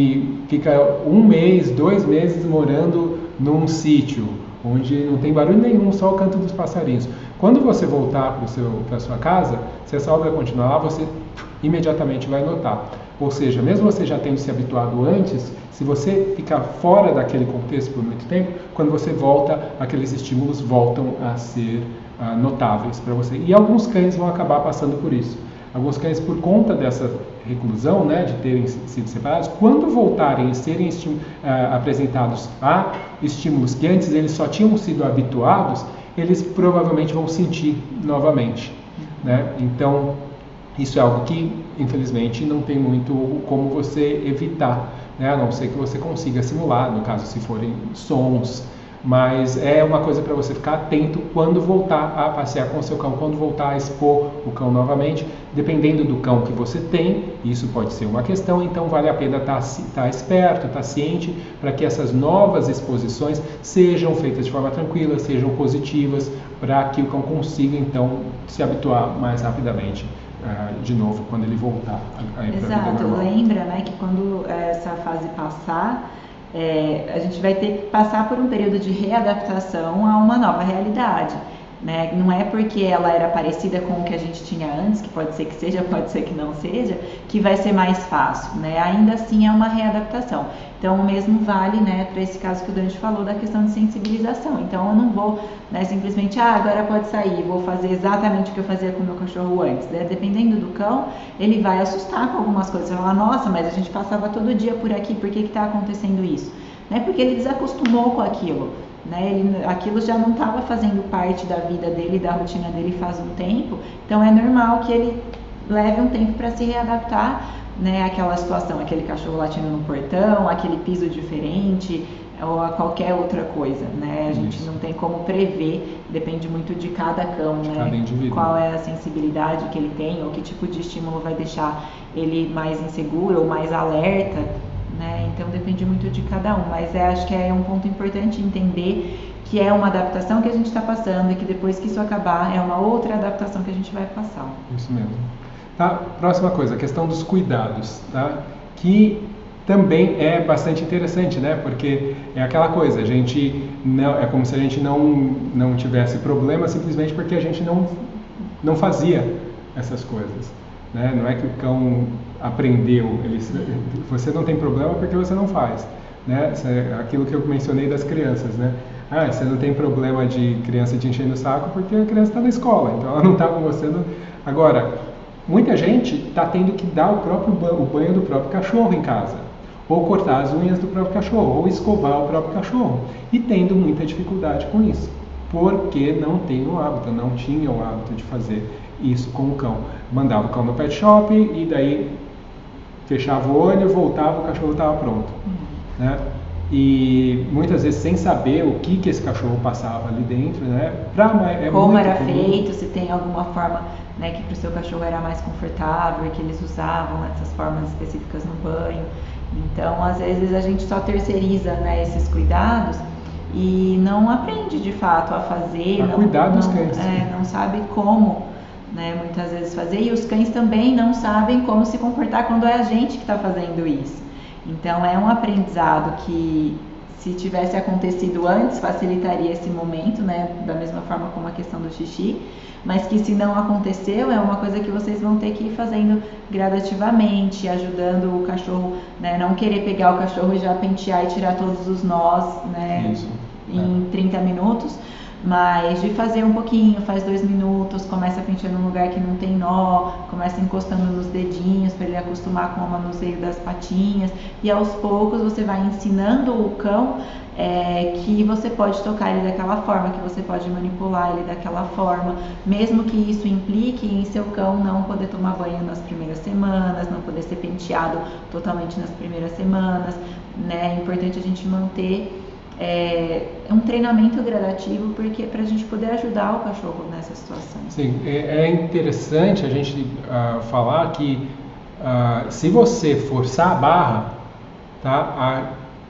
e fica um mês, dois meses morando num sítio, onde não tem barulho nenhum, só o canto dos passarinhos. Quando você voltar para a sua casa, se essa obra continuar lá, você imediatamente vai notar. Ou seja, mesmo você já tendo se habituado antes, se você ficar fora daquele contexto por muito tempo, quando você volta, aqueles estímulos voltam a ser ah, notáveis para você. E alguns cães vão acabar passando por isso. Alguns cães, por conta dessa reclusão, né, de terem sido separados, quando voltarem a serem ah, apresentados a estímulos que antes eles só tinham sido habituados, eles provavelmente vão sentir novamente, né? Então, isso é algo que, infelizmente, não tem muito como você evitar, né? A não ser que você consiga simular, no caso, se forem sons, mas é uma coisa para você ficar atento quando voltar a passear com o seu cão, quando voltar a expor o cão novamente, dependendo do cão que você tem, isso pode ser uma questão, então vale a pena estar, estar esperto, estar ciente, para que essas novas exposições sejam feitas de forma tranquila, sejam positivas, para que o cão consiga, então, se habituar mais rapidamente. Uh, de novo, quando ele voltar a, a ir para a vida normal. Lembra, né, que quando essa fase passar, é, a gente vai ter que passar por um período de readaptação a uma nova realidade, né? Não é porque ela era parecida com o que a gente tinha antes, que pode ser que seja, pode ser que não seja, que vai ser mais fácil, né? Ainda assim é uma readaptação. Então o mesmo vale, né, para esse caso que o Dante falou da questão de sensibilização. Então eu não vou, né, simplesmente, ah, agora pode sair, vou fazer exatamente o que eu fazia com o meu cachorro antes, né? Dependendo do cão, ele vai assustar com algumas coisas, vai falar, nossa, mas a gente passava todo dia por aqui, por que que está acontecendo isso? Né? Porque ele desacostumou com aquilo. Né? Ele, aquilo já não estava fazendo parte da vida dele, da rotina dele faz um tempo, então é normal que ele leve um tempo para se readaptar, né, àquela situação, aquele cachorro latindo no portão, aquele piso diferente ou a qualquer outra coisa, né? A gente não tem como prever, depende muito de cada cão, de né? Cada indivíduo. Qual é a sensibilidade que ele tem ou que tipo de estímulo vai deixar ele mais inseguro ou mais alerta, né? Então depende muito de cada um, mas é, acho que é um ponto importante entender que é uma adaptação que a gente está passando e que depois que isso acabar é uma outra adaptação que a gente vai passar. Isso mesmo. Tá? Próxima coisa, a questão dos cuidados, tá? Que também é bastante interessante, né? Porque é aquela coisa, a gente não, é como se a gente não, não tivesse problema simplesmente porque a gente não, não fazia essas coisas, né? Não é que o cão aprendeu, ele, você não tem problema porque você não faz, né? Aquilo que eu mencionei das crianças, né? Ah, você não tem problema de criança te enchendo o saco porque a criança está na escola, então ela não está com você. No... Agora, muita gente está tendo que dar o próprio banho, o banho do próprio cachorro em casa, ou cortar as unhas do próprio cachorro, ou escovar o próprio cachorro, e tendo muita dificuldade com isso, porque não tem o hábito, não tinha o hábito de fazer isso com o cão. Mandava o cão no pet shop e daí fechava o olho, voltava, o cachorro estava pronto. Uhum. Né? E muitas vezes sem saber o que, que esse cachorro passava ali dentro, né? Pra, é Como muito era comum. feito, se tem alguma forma, né, que para o seu cachorro era mais confortável, que eles usavam essas formas específicas no banho. Então, às vezes a gente só terceiriza, né, esses cuidados e não aprende de fato a fazer, a não, cuidar dos não, cães. É, não sabe como, né, muitas vezes fazer, e os cães também não sabem como se comportar quando é a gente que está fazendo isso. Então é um aprendizado que, se tivesse acontecido antes, facilitaria esse momento, né, da mesma forma como a questão do xixi, mas que se não aconteceu, é uma coisa que vocês vão ter que ir fazendo gradativamente, ajudando o cachorro, né, não querer pegar o cachorro e já pentear e tirar todos os nós, né, Isso. em É. trinta minutos, mas de fazer um pouquinho, faz dois minutos, começa penteando num lugar que não tem nó, começa encostando nos dedinhos para ele acostumar com o manuseio das patinhas, e aos poucos você vai ensinando o cão é, que você pode tocar ele daquela forma, que você pode manipular ele daquela forma, mesmo que isso implique em seu cão não poder tomar banho nas primeiras semanas, não poder ser penteado totalmente nas primeiras semanas, né? É importante a gente manter É um treinamento gradativo, porque para a gente poder ajudar o cachorro nessa situação. Sim, é interessante a gente uh, falar que uh, se você forçar a barra, tá, a,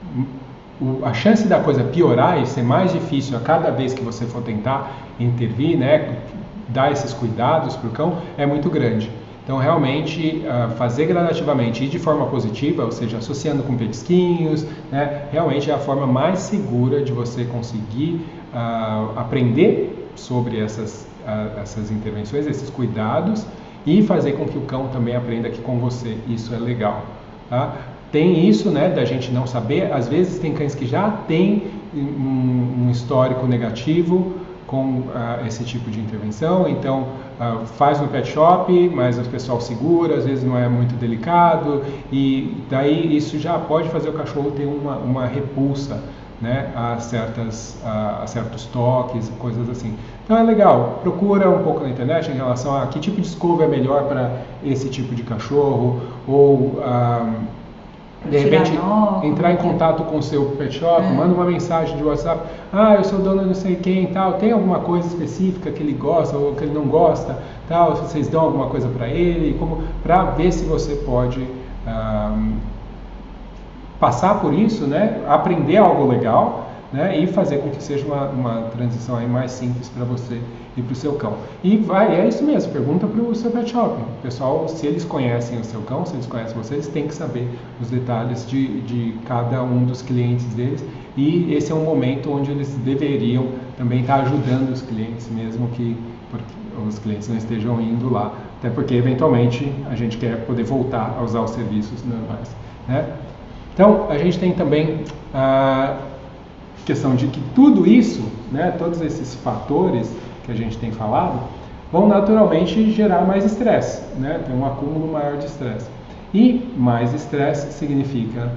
o, a chance da coisa piorar e ser mais difícil a cada vez que você for tentar intervir, né, dar esses cuidados para o cão, é muito grande. Então, realmente, uh, fazer gradativamente e de forma positiva, ou seja, associando com petisquinhos, né, realmente é a forma mais segura de você conseguir uh, aprender sobre essas, uh, essas intervenções, esses cuidados, e fazer com que o cão também aprenda que com você isso é legal. Tá? Tem isso, né, da gente não saber, às vezes tem cães que já têm um, um histórico negativo com uh, esse tipo de intervenção, então uh, faz no pet shop, mas o pessoal segura, às vezes não é muito delicado, e daí isso já pode fazer o cachorro ter uma, uma repulsa, né, a, certas, a, a certos toques, coisas assim. Então é legal, procura um pouco na internet em relação a que tipo de escova é melhor para esse tipo de cachorro, ou uh, de repente nó, entrar em contato com o seu pet shop, é. manda uma mensagem de WhatsApp, ah, eu sou dono de não sei quem, tal, tem alguma coisa específica que ele gosta ou que ele não gosta, tal, vocês dão alguma coisa para ele, como para ver se você pode ah, passar por isso, né, aprender algo legal, né, e fazer com que seja uma, uma transição aí mais simples para você e para o seu cão. E vai, é isso mesmo, pergunta para o seu pet shop. O pessoal, se eles conhecem o seu cão, se eles conhecem você, eles têm que saber os detalhes de, de cada um dos clientes deles. E esse é um momento onde eles deveriam também estar ajudando os clientes, mesmo que os clientes não estejam indo lá. Até porque, eventualmente, a gente quer poder voltar a usar os serviços normais, né? Então, a gente tem também a questão de que tudo isso, né, todos esses fatores que a gente tem falado, vão naturalmente gerar mais estresse, né? Tem um acúmulo maior de estresse. E mais estresse significa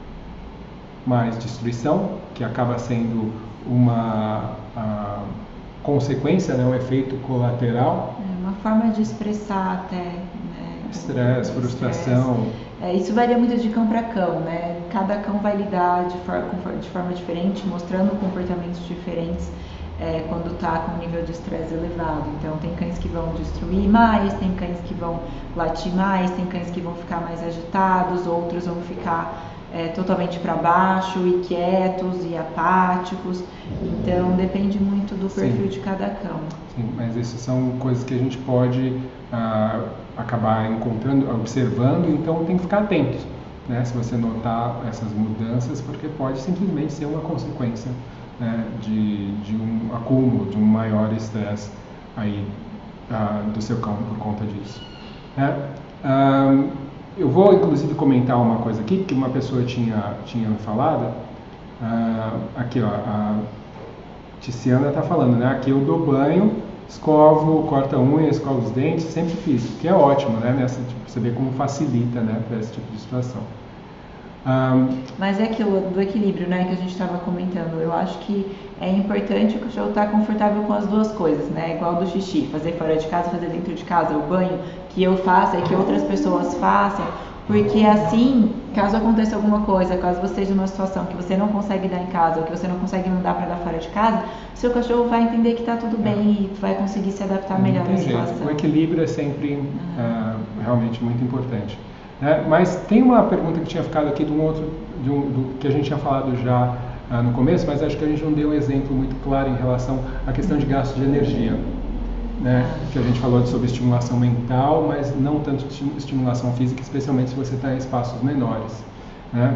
mais destruição, que acaba sendo uma a, consequência, né, um efeito colateral. É uma forma de expressar até, né? Estresse, frustração. É, isso varia muito de cão para cão, né? Cada cão vai lidar de, for, de forma diferente, mostrando comportamentos diferentes é, quando está com um nível de estresse elevado. Então, tem cães que vão destruir mais, tem cães que vão latir mais, tem cães que vão ficar mais agitados, outros vão ficar é, totalmente para baixo e quietos e apáticos. Então, depende muito do perfil Sim. de cada cão. Sim, mas essas são coisas que a gente pode ah, acabar encontrando, observando, então tem que ficar atento, né, se você notar essas mudanças, porque pode simplesmente ser uma consequência, né, de, de um acúmulo, de um maior estresse aí ah, do seu cão por conta disso, né? Ah, eu vou inclusive comentar uma coisa aqui que uma pessoa tinha, tinha falado, ah, aqui ó, a Tiziana está falando, né, aqui eu dou banho, escovo, corta a unha, escovo os dentes, sempre fiz, que é ótimo, né, nessa, tipo, você vê como facilita, né, para esse tipo de situação. Um, Mas é aquilo do equilíbrio, né, que a gente estava comentando. Eu acho que é importante o cachorro estar confortável com as duas coisas, né? Igual do xixi, fazer fora de casa, fazer dentro de casa, o banho que eu faça e que outras pessoas façam, porque assim, caso aconteça alguma coisa, caso você esteja numa situação que você não consegue dar em casa ou que você não consegue mandar para dar fora de casa, seu cachorro vai entender que está tudo bem e vai conseguir se adaptar melhor à situação. O equilíbrio é sempre uhum. uh, realmente muito importante. É, mas tem uma pergunta que tinha ficado aqui de um outro, de um, do, que a gente tinha falado já uh, no começo, mas acho que a gente não deu um exemplo muito claro em relação à questão de gasto de energia. Né? Que a gente falou sobre estimulação mental, mas não tanto estimulação física, especialmente se você está em espaços menores. Né?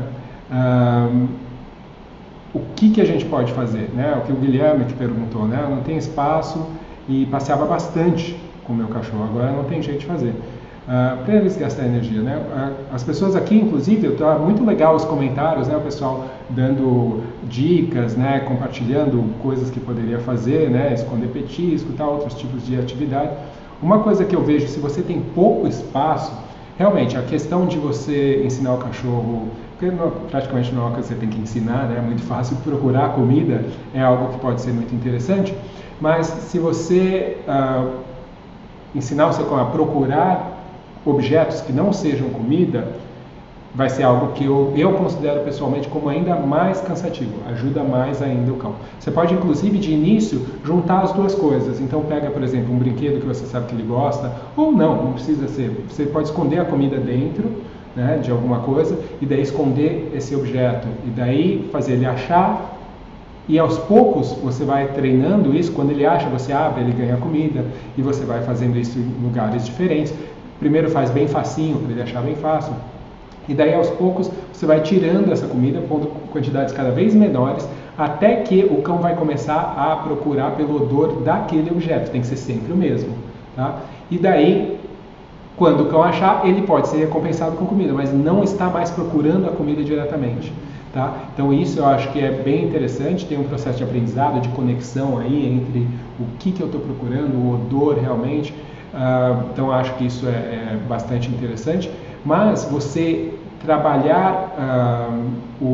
Um, o que, que a gente pode fazer? Né? O que o Guilherme que perguntou, né? Eu não tenho espaço e passeava bastante com o meu cachorro, agora não tem jeito de fazer. Uh, para eles gastar energia, né? Uh, as pessoas aqui, inclusive, está muito legal os comentários, né? O pessoal dando dicas, né? Compartilhando coisas que poderia fazer, né? Esconder petisco, tal, outros tipos de atividade. Uma coisa que eu vejo, se você tem pouco espaço, realmente a questão de você ensinar o cachorro, porque não, praticamente não é uma coisa que você tem que ensinar, né? É muito fácil procurar comida, é algo que pode ser muito interessante, mas se você uh, ensinar o seu cão a procurar objetos que não sejam comida, vai ser algo que eu, eu considero pessoalmente como ainda mais cansativo, ajuda mais ainda o cão. Você pode inclusive de início juntar as duas coisas, então pega por exemplo um brinquedo que você sabe que ele gosta, ou não, não precisa ser, você pode esconder a comida dentro, né, de alguma coisa, e daí esconder esse objeto, e daí fazer ele achar, e aos poucos você vai treinando isso, quando ele acha, você abre, ele ganha comida, e você vai fazendo isso em lugares diferentes. Primeiro faz bem facinho, para ele achar bem fácil. E daí aos poucos você vai tirando essa comida, pondo quantidades cada vez menores, até que o cão vai começar a procurar pelo odor daquele objeto. Tem que ser sempre o mesmo. Tá? E daí, quando o cão achar, ele pode ser recompensado com comida, mas não está mais procurando a comida diretamente. Tá? Então isso eu acho que é bem interessante, tem um processo de aprendizado, de conexão aí entre o que, que eu estou procurando, o odor realmente. Uh, então acho que isso é, é bastante interessante, mas você trabalhar uh, o,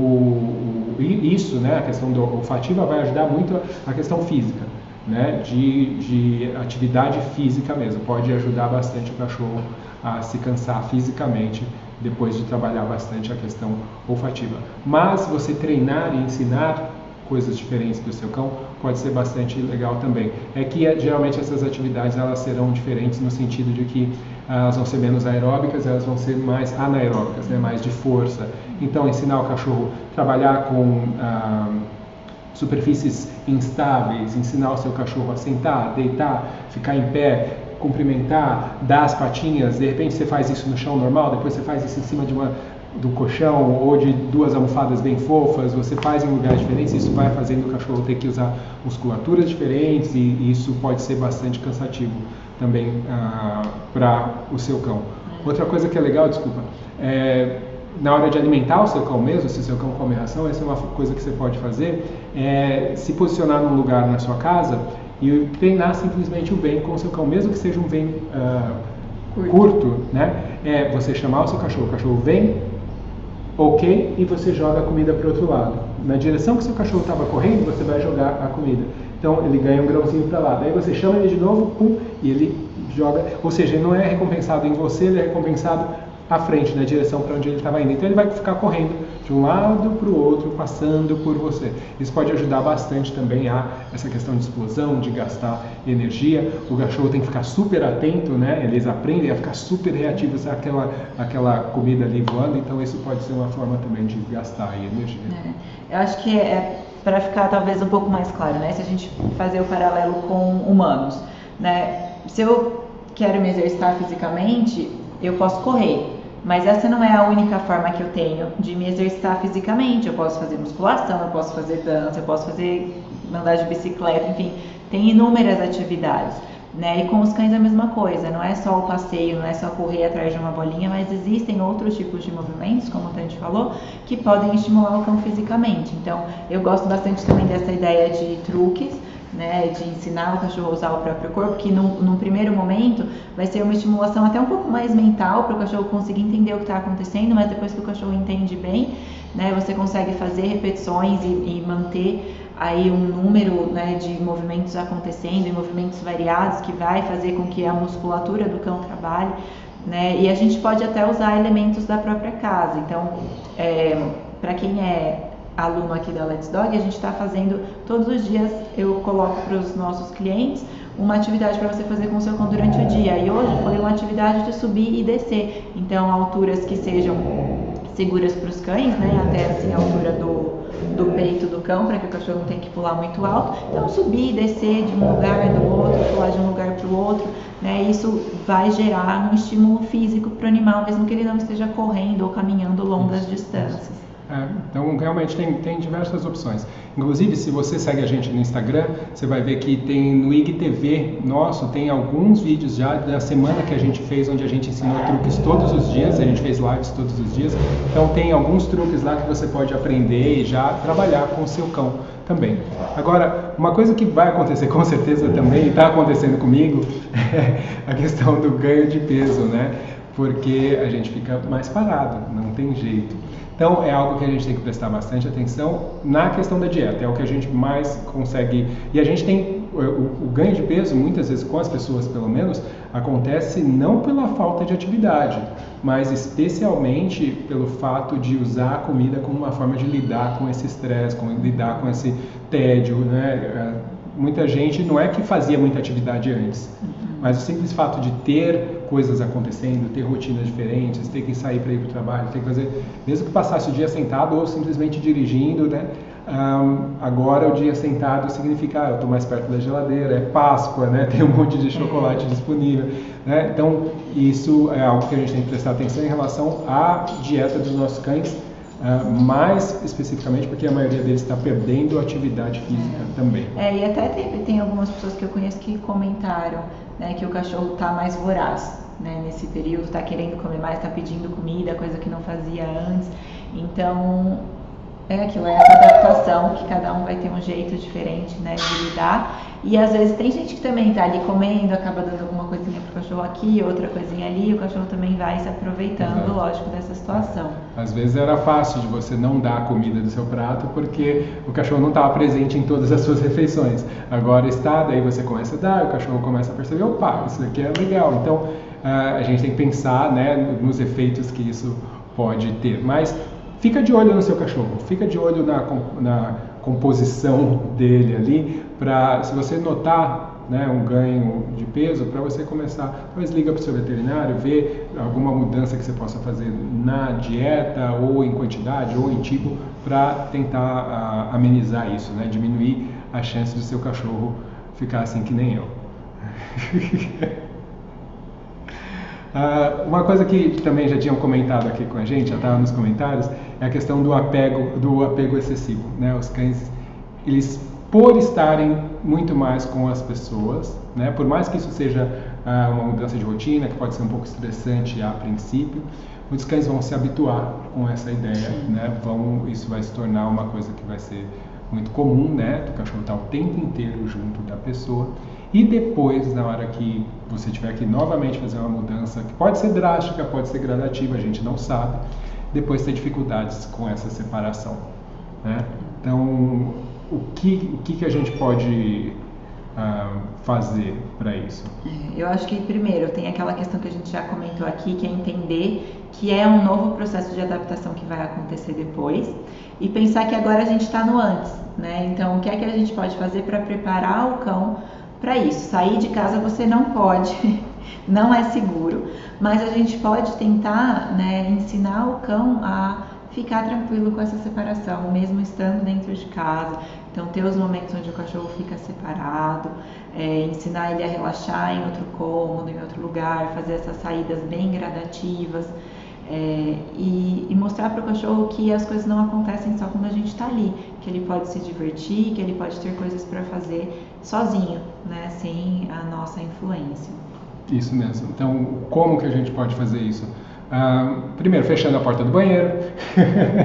o, isso, né, a questão do olfativa vai ajudar muito a questão física, né, de, de atividade física mesmo, pode ajudar bastante o cachorro a se cansar fisicamente depois de trabalhar bastante a questão olfativa. Mas você treinar e ensinar coisas diferentes do seu cão pode ser bastante legal também. É que geralmente essas atividades elas serão diferentes no sentido de que elas vão ser menos aeróbicas, elas vão ser mais anaeróbicas, né, mais de força. Então ensinar o cachorro a trabalhar com ah, superfícies instáveis, ensinar o seu cachorro a sentar, deitar, ficar em pé, cumprimentar, dar as patinhas, de repente você faz isso no chão normal, depois você faz isso em cima de uma do colchão ou de duas almofadas bem fofas, você faz em lugares diferentes, isso vai fazendo o cachorro ter que usar musculaturas diferentes e, e isso pode ser bastante cansativo também ah, para o seu cão. Outra coisa que é legal, desculpa, é, na hora de alimentar o seu cão mesmo, se o seu cão come ração, essa é uma coisa que você pode fazer, é se posicionar num lugar na sua casa e treinar simplesmente o vem com o seu cão, mesmo que seja um vem ah, curto, curto né? É você chamar o seu cachorro, o cachorro vem, ok, e você joga a comida para o outro lado. Na direção que seu cachorro estava correndo, você vai jogar a comida. Então ele ganha um grãozinho para lá. Daí você chama ele de novo, pum, e ele joga. Ou seja, ele não é recompensado em você, ele é recompensado à frente, na direção para onde ele estava indo. Então ele vai ficar correndo de um lado para o outro, passando por você. Isso pode ajudar bastante também a essa questão de explosão, de gastar energia. O cachorro tem que ficar super atento, né? Eles aprendem a ficar super reativos àquela, àquela comida ali voando, então isso pode ser uma forma também de gastar energia. É, eu acho que é para ficar talvez um pouco mais claro, né? Se a gente fazer o paralelo com humanos, né? Se eu quero me exercitar fisicamente, eu posso correr. Mas essa não é a única forma que eu tenho de me exercitar fisicamente. Eu posso fazer musculação, eu posso fazer dança, eu posso fazer andar de bicicleta, enfim, tem inúmeras atividades, né? E com os cães é a mesma coisa, não é só o passeio, não é só correr atrás de uma bolinha, mas existem outros tipos de movimentos, como o Tanti falou, que podem estimular o cão fisicamente. Então, eu gosto bastante também dessa ideia de truques, né, de ensinar o cachorro a usar o próprio corpo, que num, num primeiro momento vai ser uma estimulação até um pouco mais mental para o cachorro conseguir entender o que está acontecendo, mas depois que o cachorro entende bem, né, você consegue fazer repetições e, e manter aí um número, né, de movimentos acontecendo, e movimentos variados, que vai fazer com que a musculatura do cão trabalhe, né, e a gente pode até usar elementos da própria casa. Então, é, para quem é aluno aqui da Let's Dog, a gente está fazendo, todos os dias eu coloco para os nossos clientes uma atividade para você fazer com o seu cão durante o dia, e hoje foi uma atividade de subir e descer, então alturas que sejam seguras para os cães, né, até assim a altura do, do peito do cão, para que o cachorro não tenha que pular muito alto. Então subir e descer de um lugar do outro, pular de um lugar para o outro, né, isso vai gerar um estímulo físico para o animal, mesmo que ele não esteja correndo ou caminhando longas distâncias. É, então realmente tem, tem diversas opções. Inclusive, se você segue a gente no Instagram, você vai ver que tem no I G T V nosso, tem alguns vídeos já da semana que a gente fez, onde a gente ensinou truques todos os dias, a gente fez lives todos os dias. Então tem alguns truques lá que você pode aprender e já trabalhar com o seu cão também. Agora, uma coisa que vai acontecer com certeza também, e está acontecendo comigo, é a questão do ganho de peso, né? Porque a gente fica mais parado, não tem jeito. Então, é algo que a gente tem que prestar bastante atenção na questão da dieta, é o que a gente mais consegue. E a gente tem o, o ganho de peso, muitas vezes com as pessoas pelo menos, acontece não pela falta de atividade, mas especialmente pelo fato de usar a comida como uma forma de lidar com esse estresse, como lidar com esse tédio, né? Muita gente não é que fazia muita atividade antes, mas o simples fato de ter coisas acontecendo, ter rotinas diferentes, ter que sair para ir para o trabalho, ter que fazer, mesmo que passasse o dia sentado ou simplesmente dirigindo, né? Um, agora o dia sentado significa, ah, eu estou mais perto da geladeira, é Páscoa, né? Tem um monte de chocolate disponível, né? Então isso é algo que a gente tem que prestar atenção em relação à dieta dos nossos cães, uh, mais especificamente porque a maioria deles está perdendo atividade física é. também. É, e até tem, tem algumas pessoas que eu conheço que comentaram, né, que o cachorro está mais voraz, né, nesse período, está querendo comer mais, está pedindo comida, coisa que não fazia antes. Então, é aquilo, é essa adaptação, que cada um vai ter um jeito diferente, né, de lidar. E às vezes tem gente que também está ali comendo, acaba dando alguma coisinha pro cachorro aqui, outra coisinha ali, e o cachorro também vai se aproveitando, Exato. Lógico, dessa situação. Às vezes era fácil de você não dar a comida do seu prato, porque o cachorro não estava presente em todas as suas refeições. Agora está, daí você começa a dar, o cachorro começa a perceber, opa, isso aqui é legal. Então, a gente tem que pensar, né, nos efeitos que isso pode ter. Mas fica de olho no seu cachorro, fica de olho na, na composição dele ali, para, se você notar, né, um ganho de peso, para você começar, talvez liga para o seu veterinário, ver alguma mudança que você possa fazer na dieta, ou em quantidade, ou em tipo, para tentar uh, amenizar isso, né, diminuir a chance do seu cachorro ficar assim que nem eu. Uh, uma coisa que também já tinham comentado aqui com a gente, já estava nos comentários, é a questão do apego, do apego excessivo, né? Os cães, eles, por estarem muito mais com as pessoas, né? Por mais que isso seja uh, uma mudança de rotina, que pode ser um pouco estressante a princípio, muitos cães vão se habituar com essa ideia, né? Vão, isso vai se tornar uma coisa que vai ser muito comum, né? O cachorro está o tempo inteiro junto da pessoa. E depois, na hora que você tiver que novamente fazer uma mudança, que pode ser drástica, pode ser gradativa, a gente não sabe, depois ter dificuldades com essa separação, né? Então, o que, o que, que a gente pode uh, fazer para isso? Eu acho que, primeiro, tem aquela questão que a gente já comentou aqui, que é entender que é um novo processo de adaptação que vai acontecer depois, e pensar que agora a gente está no antes, né? Então, o que é que a gente pode fazer para preparar o cão para isso? Sair de casa você não pode, não é seguro, mas a gente pode tentar, né, ensinar o cão a ficar tranquilo com essa separação, mesmo estando dentro de casa. Então, ter os momentos onde o cachorro fica separado, é, ensinar ele a relaxar em outro cômodo, em outro lugar, fazer essas saídas bem gradativas, é, e, e mostrar para o cachorro que as coisas não acontecem só quando a gente está ali, que ele pode se divertir, que ele pode ter coisas para fazer sozinho, né, sem a nossa influência. Isso mesmo. Então, como que a gente pode fazer isso? Ah, primeiro, fechando a porta do banheiro.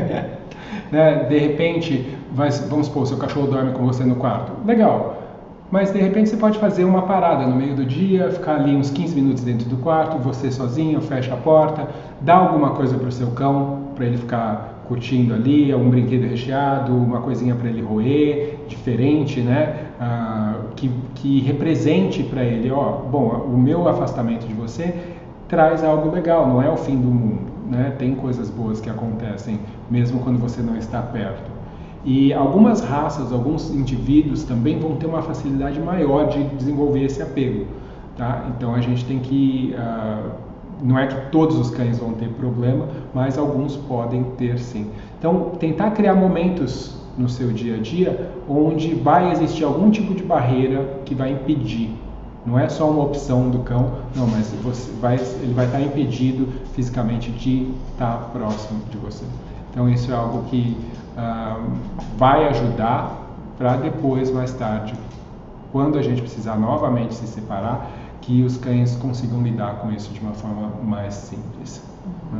Né? De repente, vai, vamos supor, seu cachorro dorme com você no quarto. Legal. mas de repente você pode fazer uma parada no meio do dia, ficar ali uns quinze minutos dentro do quarto, você sozinho, fecha a porta, dá alguma coisa para o seu cão, para ele ficar curtindo ali, algum brinquedo recheado, uma coisinha para ele roer, diferente, né? Ah, que, que represente para ele, ó, bom, o meu afastamento de você traz algo legal, não é o fim do mundo, né? Tem coisas boas que acontecem mesmo quando você não está perto. E algumas raças, alguns indivíduos também vão ter uma facilidade maior de desenvolver esse apego, tá? Então a gente tem que, uh, não é que todos os cães vão ter problema, mas alguns podem ter sim. Então tentar criar momentos no seu dia a dia onde vai existir algum tipo de barreira que vai impedir. Não é só uma opção do cão, não, mas você vai, ele vai estar impedido fisicamente de estar próximo de você. Então isso é algo que uh, vai ajudar para depois, mais tarde, quando a gente precisar novamente se separar, que os cães consigam lidar com isso de uma forma mais simples. Né?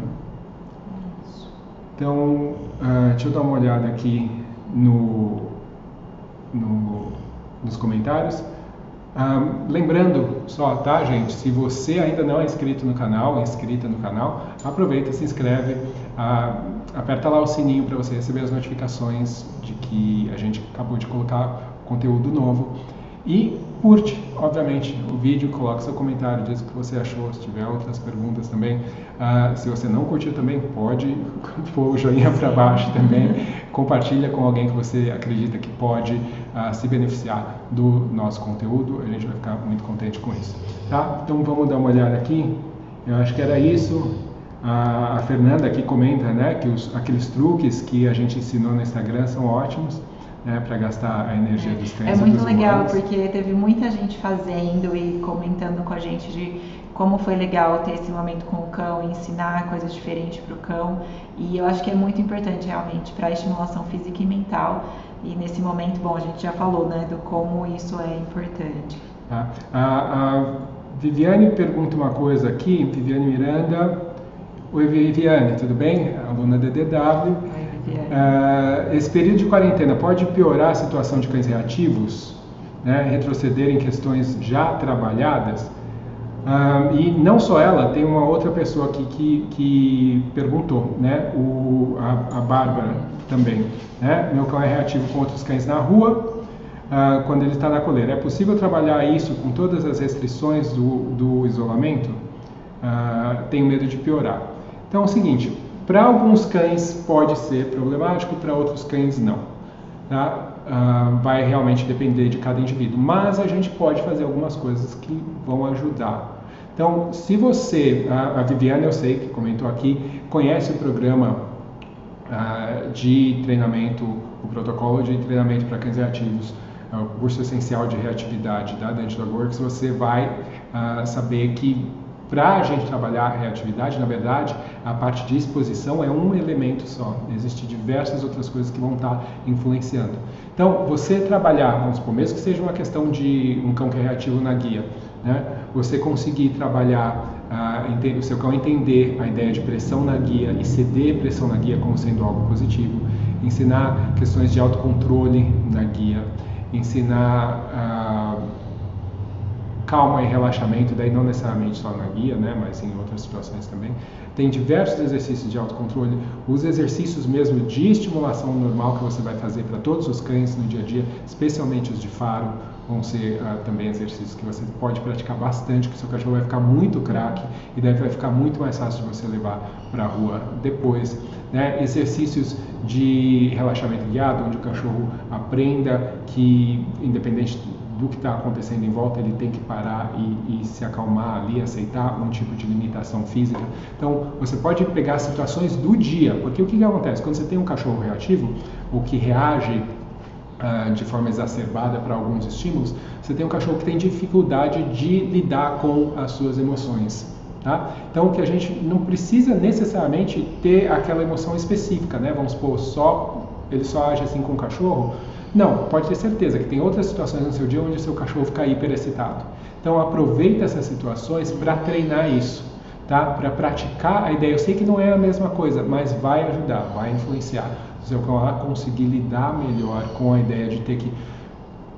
Então, uh, deixa eu dar uma olhada aqui no, no, nos comentários. Um, lembrando só, tá, gente? Se você ainda não é inscrito no canal, inscrita no canal, aproveita, se inscreve, uh, aperta lá o sininho para você receber as notificações de que a gente acabou de colocar conteúdo novo. E curte, obviamente, o vídeo, coloca seu comentário, diz o que você achou, se tiver outras perguntas também. Uh, se você não curtiu também, pode pôr o joinha para baixo também. Compartilha com alguém que você acredita que pode uh, se beneficiar do nosso conteúdo. A gente vai ficar muito contente com isso. Tá? Então vamos dar uma olhada aqui. Eu acho que era isso. Uh, a Fernanda aqui comenta, né, que os, aqueles truques que a gente ensinou no Instagram são ótimos. Né, para gastar a energia dos cães. É muito legal, humanos. Porque teve muita gente fazendo e comentando com a gente de como foi legal ter esse momento com o cão, ensinar coisas diferentes para o cão. E eu acho que é muito importante realmente para a estimulação física e mental. E nesse momento, bom, a gente já falou, né, do como isso é importante. Tá. A, a Viviane pergunta uma coisa aqui, Viviane Miranda. Oi, Viviane, tudo bem? Aluna da D W. Oi. Uh, esse período de quarentena pode piorar a situação de cães reativos, né, retroceder em questões já trabalhadas? Uh, e não só ela, tem uma outra pessoa aqui que, que perguntou, né, o, a, a Bárbara também. Né, meu cão é reativo com outros cães na rua, uh, quando ele está na coleira. É possível trabalhar isso com todas as restrições do, do isolamento? Uh, tenho medo de piorar. Então é o seguinte, para alguns cães pode ser problemático, para outros cães não. Tá? Uh, vai realmente depender de cada indivíduo, mas a gente pode fazer algumas coisas que vão ajudar. Então, se você, a, a Viviane, eu sei que comentou aqui, conhece o programa uh, de treinamento, o protocolo de treinamento para cães reativos, uh, o curso essencial de reatividade da Dent Dog Works, você vai uh, saber que para a gente trabalhar a reatividade, na verdade, a parte de exposição é um elemento só. Existem diversas outras coisas que vão estar influenciando. Então, você trabalhar, vamos supor, mesmo que seja uma questão de um cão que é reativo na guia, né? Você conseguir trabalhar, uh, o seu cão entender a ideia de pressão na guia e ceder pressão na guia como sendo algo positivo, ensinar questões de autocontrole na guia, ensinar... Uh, calma e relaxamento, daí não necessariamente só na guia, né, mas em outras situações também. Tem diversos exercícios de autocontrole, os exercícios mesmo de estimulação normal que você vai fazer para todos os cães no dia a dia, especialmente os de faro, vão ser uh, também exercícios que você pode praticar bastante, que o seu cachorro vai ficar muito craque e daí vai ficar muito mais fácil de você levar para a rua depois. Né? Exercícios de relaxamento guiado, onde o cachorro aprenda que, independente do que está acontecendo em volta, ele tem que parar e, e se acalmar ali, aceitar um tipo de limitação física. Então, você pode pegar situações do dia, porque o que, que acontece? Quando você tem um cachorro reativo, ou que reage uh, de forma exacerbada para alguns estímulos, você tem um cachorro que tem dificuldade de lidar com as suas emoções. Tá? Então, que a gente não precisa necessariamente ter aquela emoção específica, né? Vamos supor, só, ele só age assim com o cachorro. Não, pode ter certeza que tem outras situações no seu dia onde o seu cachorro fica hiperexcitado. Então aproveita essas situações para treinar isso, tá? Para praticar a ideia. Eu sei que não é a mesma coisa, mas vai ajudar, vai influenciar o seu cão a conseguir lidar melhor com a ideia de ter que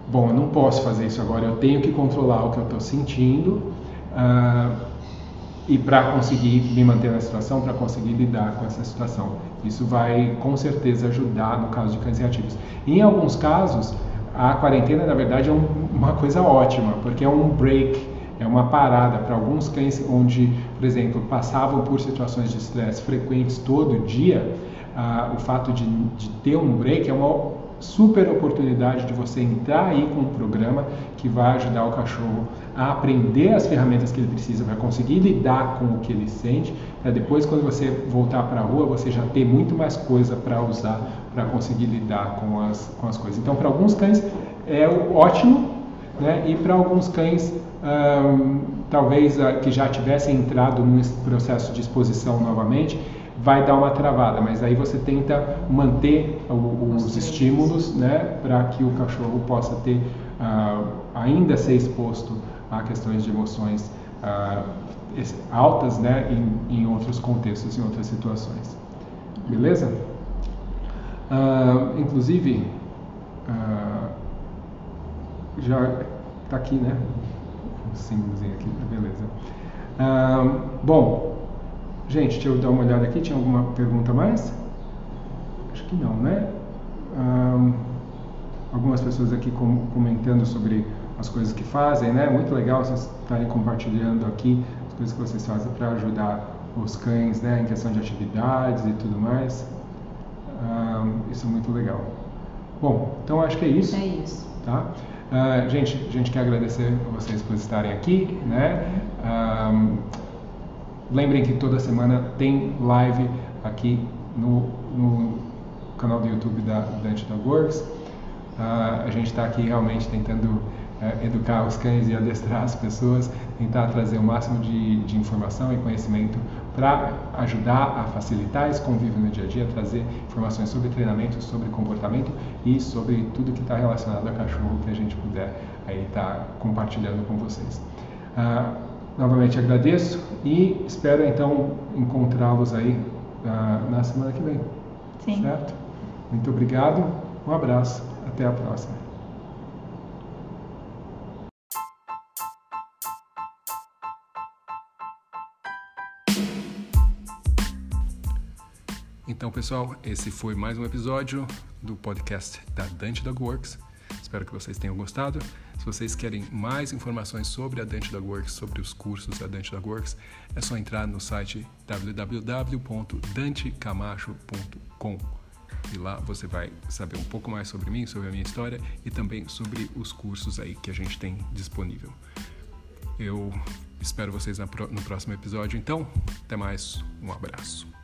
bom, eu não posso fazer isso agora, eu tenho que controlar o que eu estou sentindo uh, e para conseguir me manter na situação, para conseguir lidar com essa situação. Isso vai com certeza ajudar no caso de cães reativos. Em alguns casos, a quarentena na verdade é um, uma coisa ótima, porque é um break, é uma parada para alguns cães onde, por exemplo, passavam por situações de estresse frequentes todo dia. Uh, o fato de, de ter um break é uma super oportunidade de você entrar aí com um programa que vai ajudar o cachorro a aprender as ferramentas que ele precisa para conseguir lidar com o que ele sente, para depois, quando você voltar para a rua, você já ter muito mais coisa para usar para conseguir lidar com as, com as coisas. Então, para alguns cães é ótimo, né? E para alguns cães hum, talvez uh, que já tivessem entrado num processo de exposição novamente, vai dar uma travada, mas aí você tenta manter o, os estímulos, né, para que o cachorro possa ter uh, ainda ser exposto a questões de emoções uh, altas, né, em, em outros contextos, em outras situações. Beleza? Uh, inclusive, uh, já está aqui, né? Um símbolozinho aqui, beleza. Uh, bom, gente, deixa eu dar uma olhada aqui. Tinha alguma pergunta a mais? Acho que não, né? Uh, algumas pessoas aqui com, comentando sobre as coisas que fazem, né? Muito legal vocês estarem compartilhando aqui as coisas que vocês fazem para ajudar os cães, né? Em questão de atividades e tudo mais. Uh, isso é muito legal. Bom, então acho que é isso. É isso. Tá? Uh, gente, a gente quer agradecer a vocês por estarem aqui, né? Uh, lembrem que toda semana tem live aqui no, no canal do YouTube da Dante Dog Works. Uh, a gente está aqui realmente tentando uh, educar os cães e adestrar as pessoas, tentar trazer o máximo de, de informação e conhecimento para ajudar a facilitar esse convívio no dia a dia, trazer informações sobre treinamento, sobre comportamento e sobre tudo que está relacionado a cachorro que a gente puder aí estar tá compartilhando com vocês. Uh, novamente agradeço e espero então encontrá-los aí uh, na semana que vem. Sim. Certo? Muito obrigado, um abraço, até a próxima. Então, pessoal, esse foi mais um episódio do podcast da Dante Dog Works. Espero que vocês tenham gostado. Se vocês querem mais informações sobre a Dante Dog Works, sobre os cursos da Dante Dog Works, é só entrar no site w w w ponto dante camacho ponto com e lá você vai saber um pouco mais sobre mim, sobre a minha história e também sobre os cursos aí que a gente tem disponível. Eu espero vocês no próximo episódio, então, até mais, um abraço.